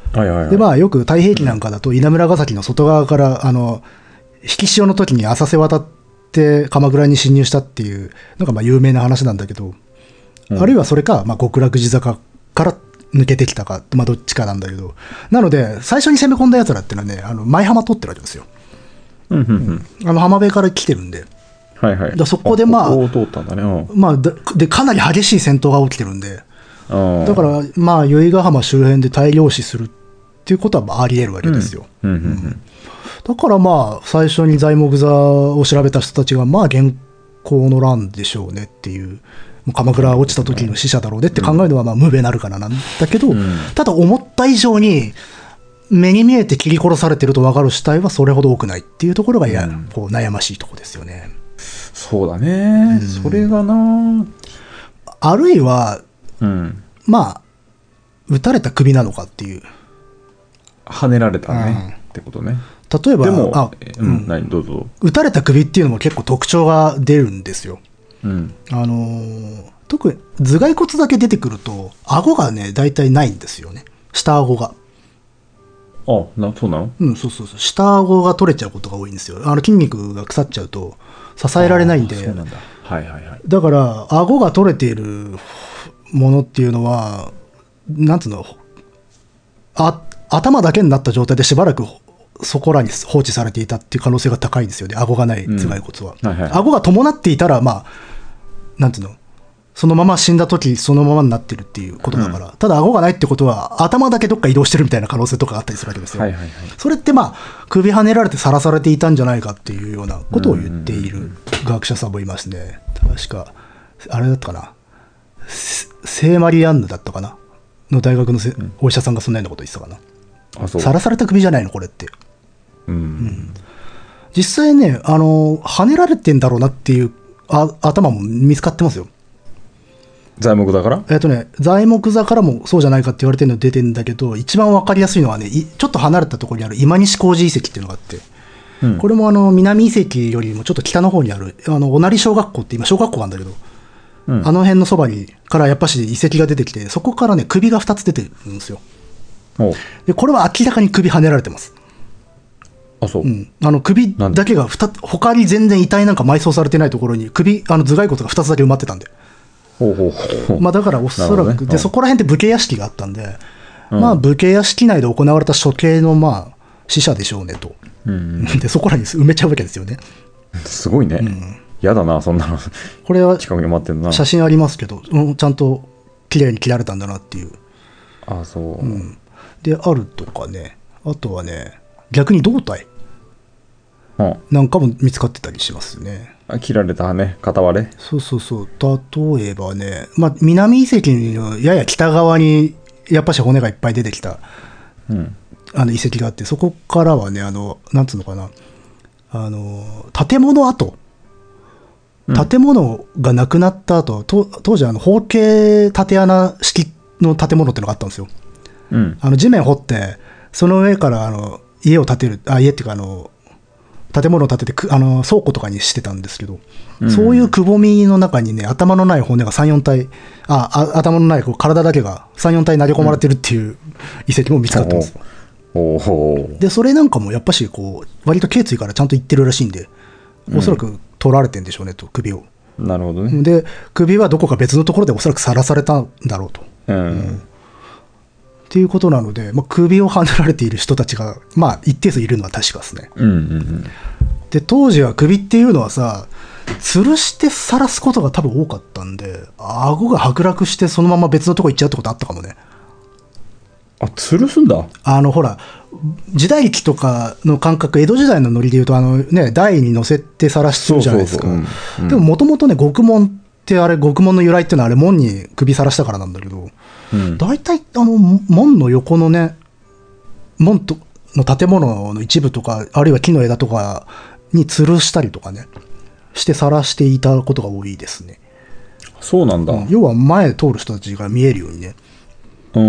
はいはいはい。 でまあよく太平記なんかだと稲村ヶ崎の外側からあの引き潮の時に浅瀬渡って鎌倉に侵入したっていうのがまあ有名な話なんだけど、うん、あるいはそれか、まあ、極楽寺坂から抜けてきたか、まあ、どっちかなんだけど、なので最初に攻め込んだやつらっていうのはね、あの前浜通ってるわけですよ。 うんうんうん、 あの浜辺から来てるんで、 はいはい、 だそこでまあ、 ここを通ったんだね、うん、 まあ、でかなり激しい戦闘が起きてるんで、だからまあ由比ヶ浜周辺で大量死するっていうことはまああり得るわけですよ。 うんうんうんうん、 だからまあ最初に材木座を調べた人たちがまあ現行の乱でしょうねっていう、鎌倉落ちた時の死者だろうねって考えるのはまあ無べなるからなんだけど、うん、ただ思った以上に目に見えて切り殺されてると分かる死体はそれほど多くないっていうところがや、うん、こう悩ましいところですよね。 そうだね、うん、それがな、 あるいは、 うん、 まあ撃たれた首なのかっていう、 跳ねられたね、うん、ってことね。 例えばでもあ、 うん、何どうぞ。 撃たれた首っていうのも結構特徴が出るんですよ。 うん、 あのー、特に頭蓋骨だけ出てくると顎がね大体ないんですよね、下顎が。 あ、な、そうなの？ うん、そうそうそう、下顎が取れちゃうことが多いんですよ。あの筋肉が腐っちゃうと支えられないんで。 そうなんだ。はいはいはい。 だから顎が取れているものっていうのはなんつうの、あ頭だけになった状態でしばらくそこらに放置されていたっていう可能性が高いですよね、顎がない頭蓋骨は。うん、はいはい、顎が伴っていたら、まあ、なんていうの、そのまま死んだ時そのままになってるっていうことだから、うん、ただ顎がないってことは頭だけどっか移動してるみたいな可能性とかがあったりするわけですよ。 はいはいはい、それってまあ首跳ねられてさらされていたんじゃないかっていうようなことを言っている学者さんもいますね。確かあれだったかな、聖マリアンヌだったかなの大学のせ、うん、お医者さんがそんなようなこと言ってたかな。あ、そう、さらされた首じゃないのこれって。 うんうん、 実際ね、あの跳ねられてんだろうなっていうあ頭も見つかってますよ。 材木座から、 えっとね、材木座からもそうじゃないかって言われてるの出てるんだけど、一番分かりやすいのはね、ちょっと離れたところにある今西小路遺跡っていうのがあって、うん、これもあの南遺跡よりもちょっと北の方にあるあの小成小学校って今小学校なんだけど、うん、あの辺のそばにからやっぱし遺跡が出てきて、そこからね首がふたつ出てるんですよ。でこれは明らかに首跳ねられてます。 あ、そう、 うん、あの首だけがふたつ、他に全然遺体なんか埋葬されてないところに首、あの頭蓋骨がふたつだけ埋まってたんで、 ほうほうほう、 まあ、だからおそらく、ね、でそこら辺って武家屋敷があったんで、うん、まあ、武家屋敷内で行われた処刑のまあ死者でしょうねと、うんうん、でそこらに埋めちゃうわけですよね。 すごいね、うん、やだなそんなの。 これは近くに埋まってんな。 写真ありますけど、うん、ちゃんと綺麗に切られたんだなっていう。 ああ、そう、うん、 であるとかね、あとはね逆に胴体なんかも見つかってたりしますね。 あ、切られたね、片割れ。 そうそうそう。例えばね、まあ、南遺跡のやや北側にやっぱし骨がいっぱい出てきた、うん、あの遺跡があって、そこからはね、あのなんつうのかな、あの建物跡、建物がなくなった後、と当時あの方形縦穴式の建物っていうのがあったんですよ。うん、あの地面掘ってその上からあの家を建てる、あ、家っていうかあの建物を建ててあの倉庫とかにしてたんですけど、うん、そういうくぼみの中にね頭のない骨がさん、よん体、ああ頭のないこう体だけがさん、よん体投げ込まれてるっていう遺跡も見つかってます、 うん、おでそれなんかもやっぱしこう割と頸椎からちゃんといってるらしいんで、おそらく取られてんでしょうねと、首を。 なるほどね。 で首はどこか別のところでおそらくさらされたんだろうと、うんうん、っていうことなので、まあ、首をはねられている人たちが、まあ、一定数いるのは確かですね、 うんうんうん、 で当時は首っていうのはさ、吊るして晒すことが多分多かったんで、顎が剥落してそのまま別のとこ行っちゃうってことあったかもね。 あ、吊るすんだ。 あのほら時代劇とかの感覚、江戸時代のノリでいうとあの、ね、台に乗せて晒するじゃないですか。そうそうそう、うんうん、でももともとね獄門ってあれ、獄門の由来っていうのはあれ門に首晒したからなんだけど、うん、大体あの門の横のね門との建物の一部とか、あるいは木の枝とかに吊るしたりとかねして晒していたことが多いですね。 そうなんだ、 うん、要は前通る人たちが見えるようにね。 うん、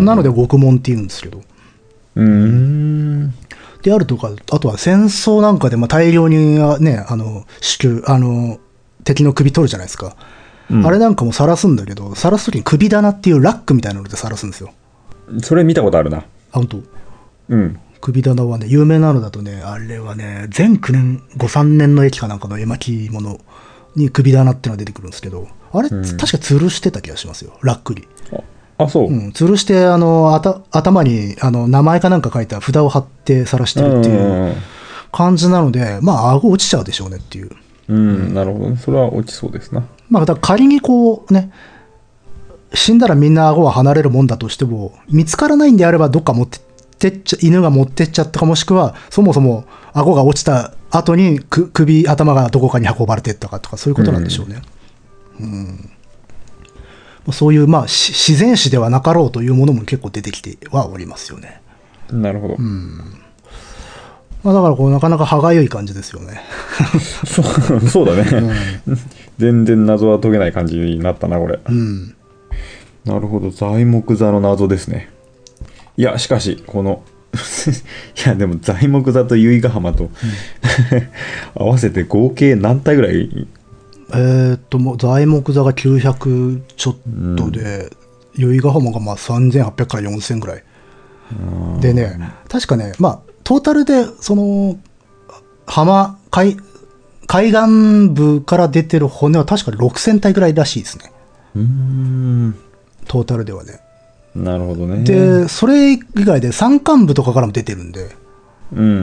なので獄門っていうんですけど、 うーん、 であるとか、あとは戦争なんかでも大量にね、あの支給あの敵の首取るじゃないですか、うん、あれなんかも晒すんだけど、晒す時に首棚っていうラックみたいなので晒すんですよ。 それ見たことあるな。 あ、本当。 うん首棚はね、有名なのだとね、あれはね、全きゅうねんご、さんねんの駅かなんかの絵巻物に首棚っていうのが出てくるんですけど、あれ、うん、確か吊るしてた気がしますよ、ラックに。 あ、そう。 うん、吊るして、あの、あた頭にあの名前かなんか書いた札を貼って晒してるっていう感じなので、まあ、顎落ちちゃうでしょうねっていう。 うん、なるほどね。それは落ちそうですな。 まあ、だから仮にこうね、死んだらみんな顎は離れるもんだとしても、見つからないんであればどっか持ってってっちゃ、犬が持ってっちゃったか、もしくはそもそも顎が落ちた後にく首頭がどこかに運ばれていったかとか、そういうことなんでしょうね。うん、うん、そういう、まあ、自然死ではなかろうというものも結構出てきてはおりますよね。 なるほど。 うん、まあ、だからこうなかなか歯がゆい感じですよね。 そうそうだね、うん、全然謎は解けない感じになったなこれ。うん、なるほど、材木座の謎ですね。いやしかしこのいやでも材木座と由比ヶ浜と、うん、合わせて合計何体ぐらい？ えーっともう材木座がきゅうひゃくちょっとで、うん、由比ヶ浜がまあさんぜんはっぴゃくからよんせんぐらいでね、確かね、まあトータルでその浜 海, 海岸部から出てる骨は確かろくせん体ぐらいらしいですね。うーん、トータルではね。 なるほどね。 でそれ以外で山間部とかからも出てるんで、うんうん、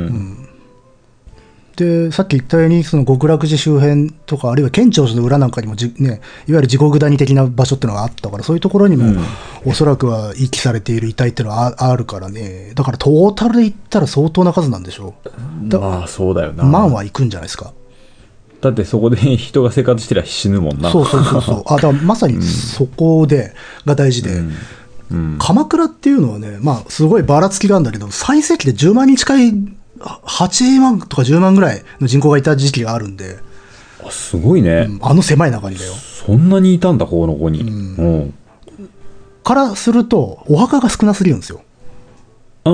でさっき言ったようにその極楽寺周辺とかあるいは県庁所の裏なんかにもじ、ね、いわゆる地獄谷的な場所っていうのがあったから、そういうところにも、うん、おそらくは遺棄されている遺体っていうのは あ, あるからね。だからトータルで言ったら相当な数なんでしょう。だまあそうだよな。 万はいくんじゃないですか。 だってそこで人が生活してりゃ死ぬもんな。 そうそうそうそう。あ、だからまさにそこで、うん、が大事で、うんうん、鎌倉っていうのはね、まあすごいばらつきがあるんだけど、最盛期でじゅうまんにん近いはちまんとかじゅうまんぐらいの人口がいた時期があるんで。 あ、すごいね、 うん、あの狭い中にだよ。 そんなにいたんだここの子に、うんうん、 からするとお墓が少なすぎるんですよ。うん、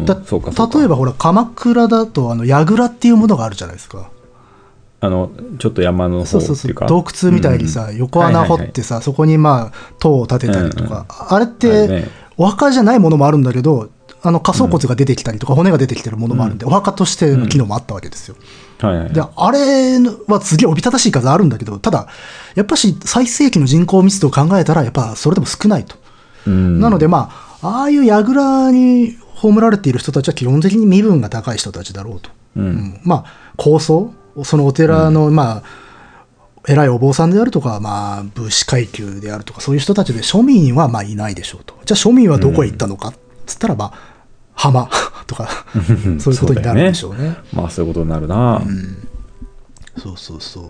だそうかそうか。例えばほら鎌倉だとあの櫓っていうものがあるじゃないですか。 あのちょっと山の方っていうか、そうそうそう、 洞窟みたいにさ、うん、横穴掘ってさ、はいはいはい、そこにまあ塔を建てたりとか、うんうん、あれって、ね、お墓じゃないものもあるんだけど、あの下層骨が出てきたりとか、うん、骨が出てきてるものもあるんで、うん、お墓としての機能もあったわけですよ。うん、はいはい、であれはすげえおびただしい数あるんだけど、ただやっぱし最盛期の人口密度を考えたらやっぱそれでも少ないと。うん、なのでまあああいう櫓に葬られている人たちは基本的に身分が高い人たちだろうと。うんうん、まあ高僧、そのお寺の、うん、まあ偉いお坊さんであるとか、まあ、武士階級であるとかそういう人たちで庶民はまあいないでしょうと。じゃあ庶民はどこへ行ったのかっつったら、まあ、浜とかそういうことになるんでしょうね。うねまあそういうことになるな、うん、 そうそうそう。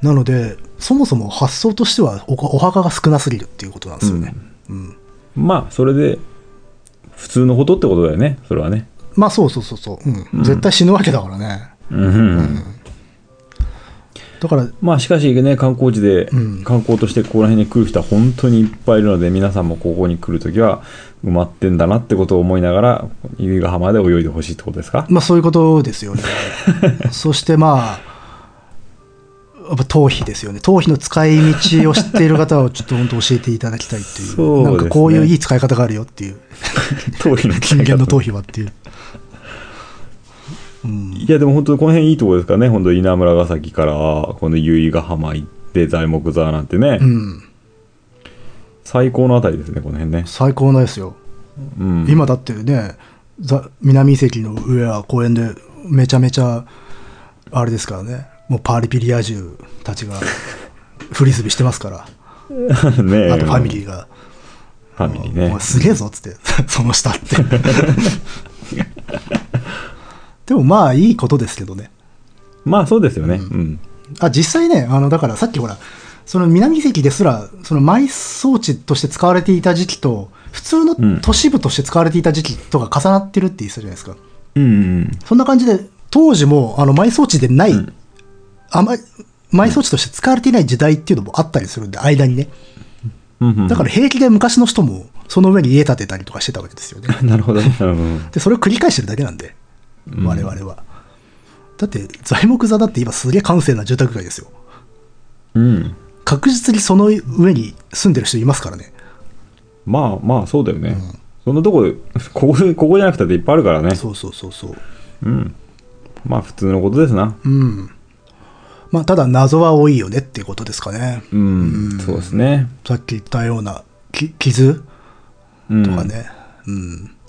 なのでそもそも発想としては お, お墓が少なすぎるっていうことなんですよね、うんうん、まあそれで普通のことってことだよね、それはね。 まあそうそうそうそう、うんうん、絶対死ぬわけだからね、うんうんうんだからまあしかしね、観光地で観光としてここら辺に来る人は本当にいっぱいいるので、皆さんもここに来るときは埋まってんだなってことを思いながら由比ヶ浜で泳いでほしいってことですか。 まあそういうことですよねそしてまあやっぱ頭皮ですよね。頭皮の使い道を知っている方はちょっと本当教えていただきたいっていう、そうですね、なんかこういういい使い方があるよっていう頭皮の人間の頭皮はっていううん、いやでも本当この辺いいところですからね。本当稲村ヶ崎からこの由比ヶ浜行って材木座なんてね、うん、最高のあたりですねこの辺ね。 最高のですよ、うん、今だってね南遺跡の上は公園でめちゃめちゃあれですからね、もうパーリピリア充たちがフリスビーしてますからねあとファミリーがファミリーね、 すげえぞっつってその下ってでもまあいいことですけどね。 まあそうですよね、うんうん、 あ実際ね、あのだからさっきほらその南遺跡ですらその埋葬地として使われていた時期と普通の都市部として使われていた時期とか重なってるって言ってたじゃないですか、うんうん、そんな感じで当時もあの埋葬地でない、うん、あま埋葬地として使われていない時代っていうのもあったりするんで間にね、うんうん、だから平気で昔の人もその上に家建てたりとかしてたわけですよねなるほど、ね、 でそれを繰り返してるだけなんで我々は、うん、だって材木座だって今すげえ閑静な住宅街ですよ、うん、確実にその上に住んでる人いますからね。 まあまあそうだよね、 そんなとこここここじゃなくたっていっぱいあるからね。 そうそうそうそう。 うん。まあ普通のことですな。 うん。まあただ謎は多いよねっていうことですかね。 うん。うん、そうですね。 さっき言ったようなき傷とかね。うん。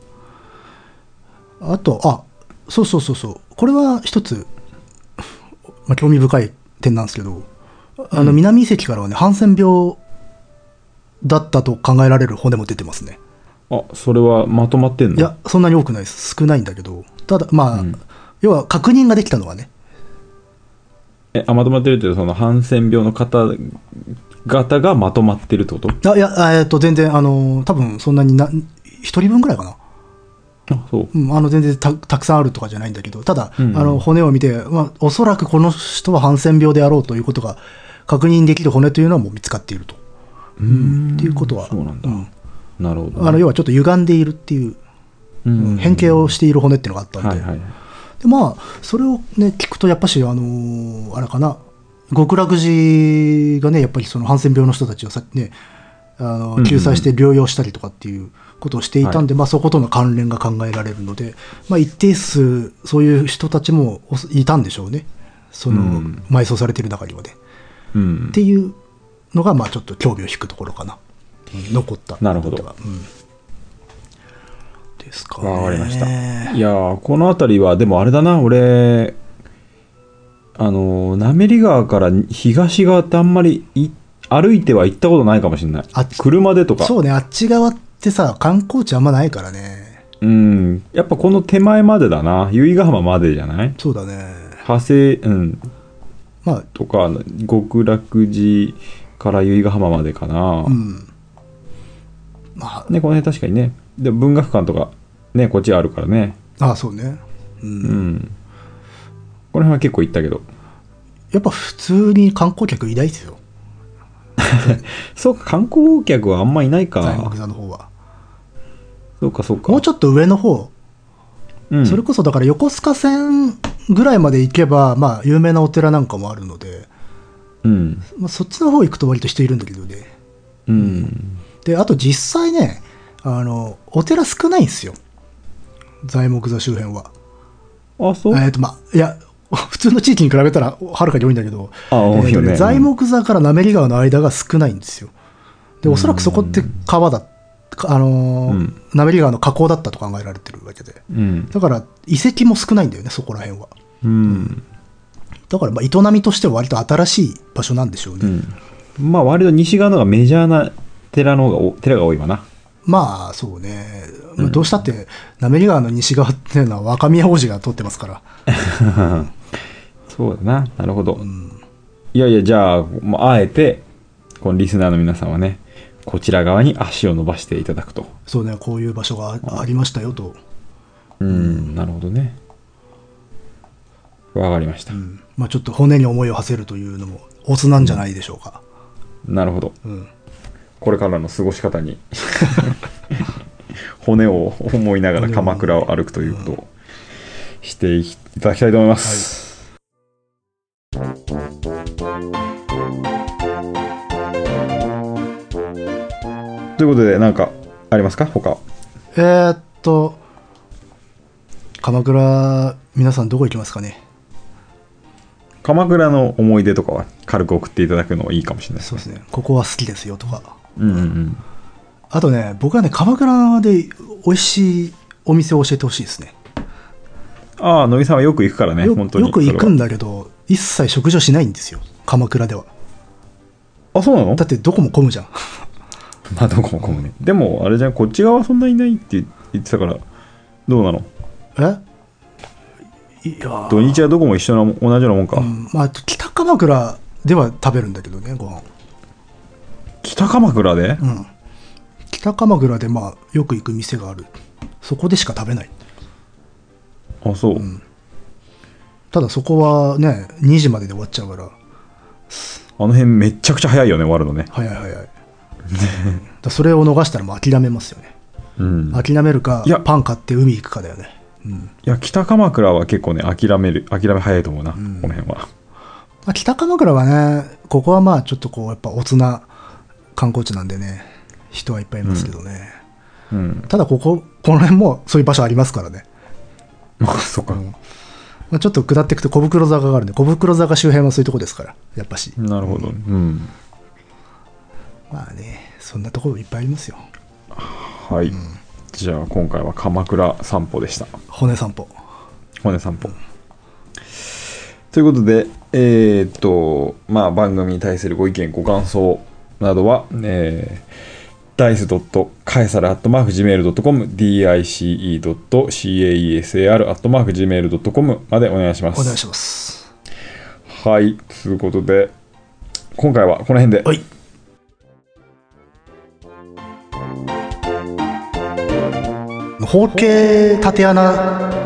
うん、あと、あ、そうそうそうそう。これは一つ、まあ、興味深い点なんですけど、あの南遺跡からはね、ハンセン病だったと考えられる骨も出てますね。 あ、それはまとまってんの？ いや、そんなに多くないです。少ないんだけど、ただ、まあ、うん、要は確認ができたのはね。 え、あ、まとまってるっていうと、そのハンセン病の方々がまとまってるってこと？ あ、いや、えっと、全然、あの、多分そんなにな、一人分ぐらいかな。 あ、そう。 うん、あの全然 た, たくさんあるとかじゃないんだけど、ただ、 うんうん、 あの骨を見て、まあ、おそらくこの人はハンセン病であろうということが確認できる骨というのはもう見つかっていると。 うーん、 っていうことは、 そうなんだ。うん、なるほど、 ね、あの要はちょっと歪んでいるっていう、うん、変形をしている骨っていうのがあったんで、はいはい、でまあ、それを、ね、聞くと、やっぱし、あのー、あれかな、極楽寺がね、やっぱりそのハンセン病の人たちをさ、ね、あの救済して療養したりとかっていうことをしていたんで、うんうん、まあ、そことの関連が考えられるので、まあ、一定数、そういう人たちもいたんでしょうね、その、うん、埋葬されている中にはね。うん、っていうのが、まあ、ちょっと興味を引くところかな、うん、残った。 なるほど。 うん、ですかね。 わかりました。いやこの辺りは、でもあれだな、俺、あの滑川から東側ってあんまりい歩いては行ったことないかもしれない。あ車でとか。 そうね、あっち側ってさ、観光地あんまないからね。 うん、やっぱこの手前までだな。由比ヶ浜までじゃない？ そうだね。 派生、うん。まあ、とか、極楽寺から由比ヶ浜までかな。うん。まあ、ね、この辺確かにね。で文学館とか、ね、こっちあるからね。 ああ、そうね。うん。うん、 この辺は結構行ったけど。 やっぱ普通に観光客いないですよ。 そうか、観光客はあんまいないか。 材木座の方は。 そうかそうか。 もうちょっと上の方、うん、それこそだから横須賀線ぐらいまで行けば、まあ、有名なお寺なんかもあるので、うんまあ、そっちの方行くと割と人いるんだけどね。うん、であと実際ね、あのお寺少ないんですよ、材木座周辺は。 あ、そう。 えっとまあいや普通の地域に比べたらはるかに多いんだけど、 あ、多いよね、 ね、材木座から滑川の間が少ないんですよ。でおそらくそこって川だ、あのーうん、滑川の河口だったと考えられてるわけで、うん、だから遺跡も少ないんだよね、そこら辺は。うん、だからまあ営みとしては割と新しい場所なんでしょうね。 うん、まあ割と西側のがメジャーな寺の方が寺が多いわな。 まあそうね、うん、どうしたって滑川の西側っていうのは若宮王子が通ってますから。 そうだな、なるほど。うん、いやいや、じゃあ、もうあえてこのリスナーの皆さんはね、こちら側に足を伸ばしていただくと。 そうね、こういう場所がありましたよと。 うん、うん、なるほどね。わかりました。 うん、まあちょっと骨に思いを馳せるというのもオツなんじゃないでしょうか。 うん、なるほど。うん、これからの過ごし方に骨を思いながら鎌倉を歩くということをしていただきたいと思います。はい、ということで何かありますか他？ えー、っと鎌倉皆さんどこ行きますかね。 鎌倉の思い出とかは軽く送っていただくのいいかもしれないですね。 そうですね、ここは好きですよとか。 うんうんうん、 あとね、僕はね、鎌倉で美味しいお店を教えてほしいですね。 ああ、野木さんはよく行くからね。 よ本当によく行くんだけど、一切食事をしないんですよ、鎌倉では。 あ、そうなの？ だってどこも混むじゃん。 まあどこも混むね。でもあれじゃん、こっち側はそんなにいないって言ってたから、どうなの？ えいや土日はどこも一緒な、同じようなもんか。 うん、まあ北鎌倉では食べるんだけどね、ご飯。 北鎌倉で？ うん。北鎌倉でまあよく行く店がある。そこでしか食べない。 あ、そう。うん、 ただそこはね、にじまでで終わっちゃうから。 あの辺めちゃくちゃ早いよね、終わるのね。 早い早い。だそれを逃したらもう諦めますよね。うん、諦めるか、いやパン買って海行くかだよね。うん、いや北鎌倉は結構ね、諦める諦め早いと思うな、うん、この辺は。 まあ、北鎌倉はね、ここはまあちょっとこうやっぱおつな観光地なんでね、人はいっぱいいますけどね。 うん、 ただこここの辺もそういう場所ありますからね。 まあそうか、うん、 まあ、ちょっと下っていくと小袋坂があるんで、小袋坂周辺はそういうとこですからやっぱし。 なるほど、うん、 まあね、そんなところいっぱいありますよ。 はい、うん、じゃあ今回は鎌倉散歩でした。 骨散歩骨散歩、うん、ということで、えー、っとまあ番組に対するご意見ご感想などは、えー、ダイス カエサル アットマーク ジーメール ドットコム ディーアイシーイー カエサル アットマーク ジーメール ドットコム までお願いします。 お願いします。 はい、ということで今回はこの辺で。 はい。包茎縦穴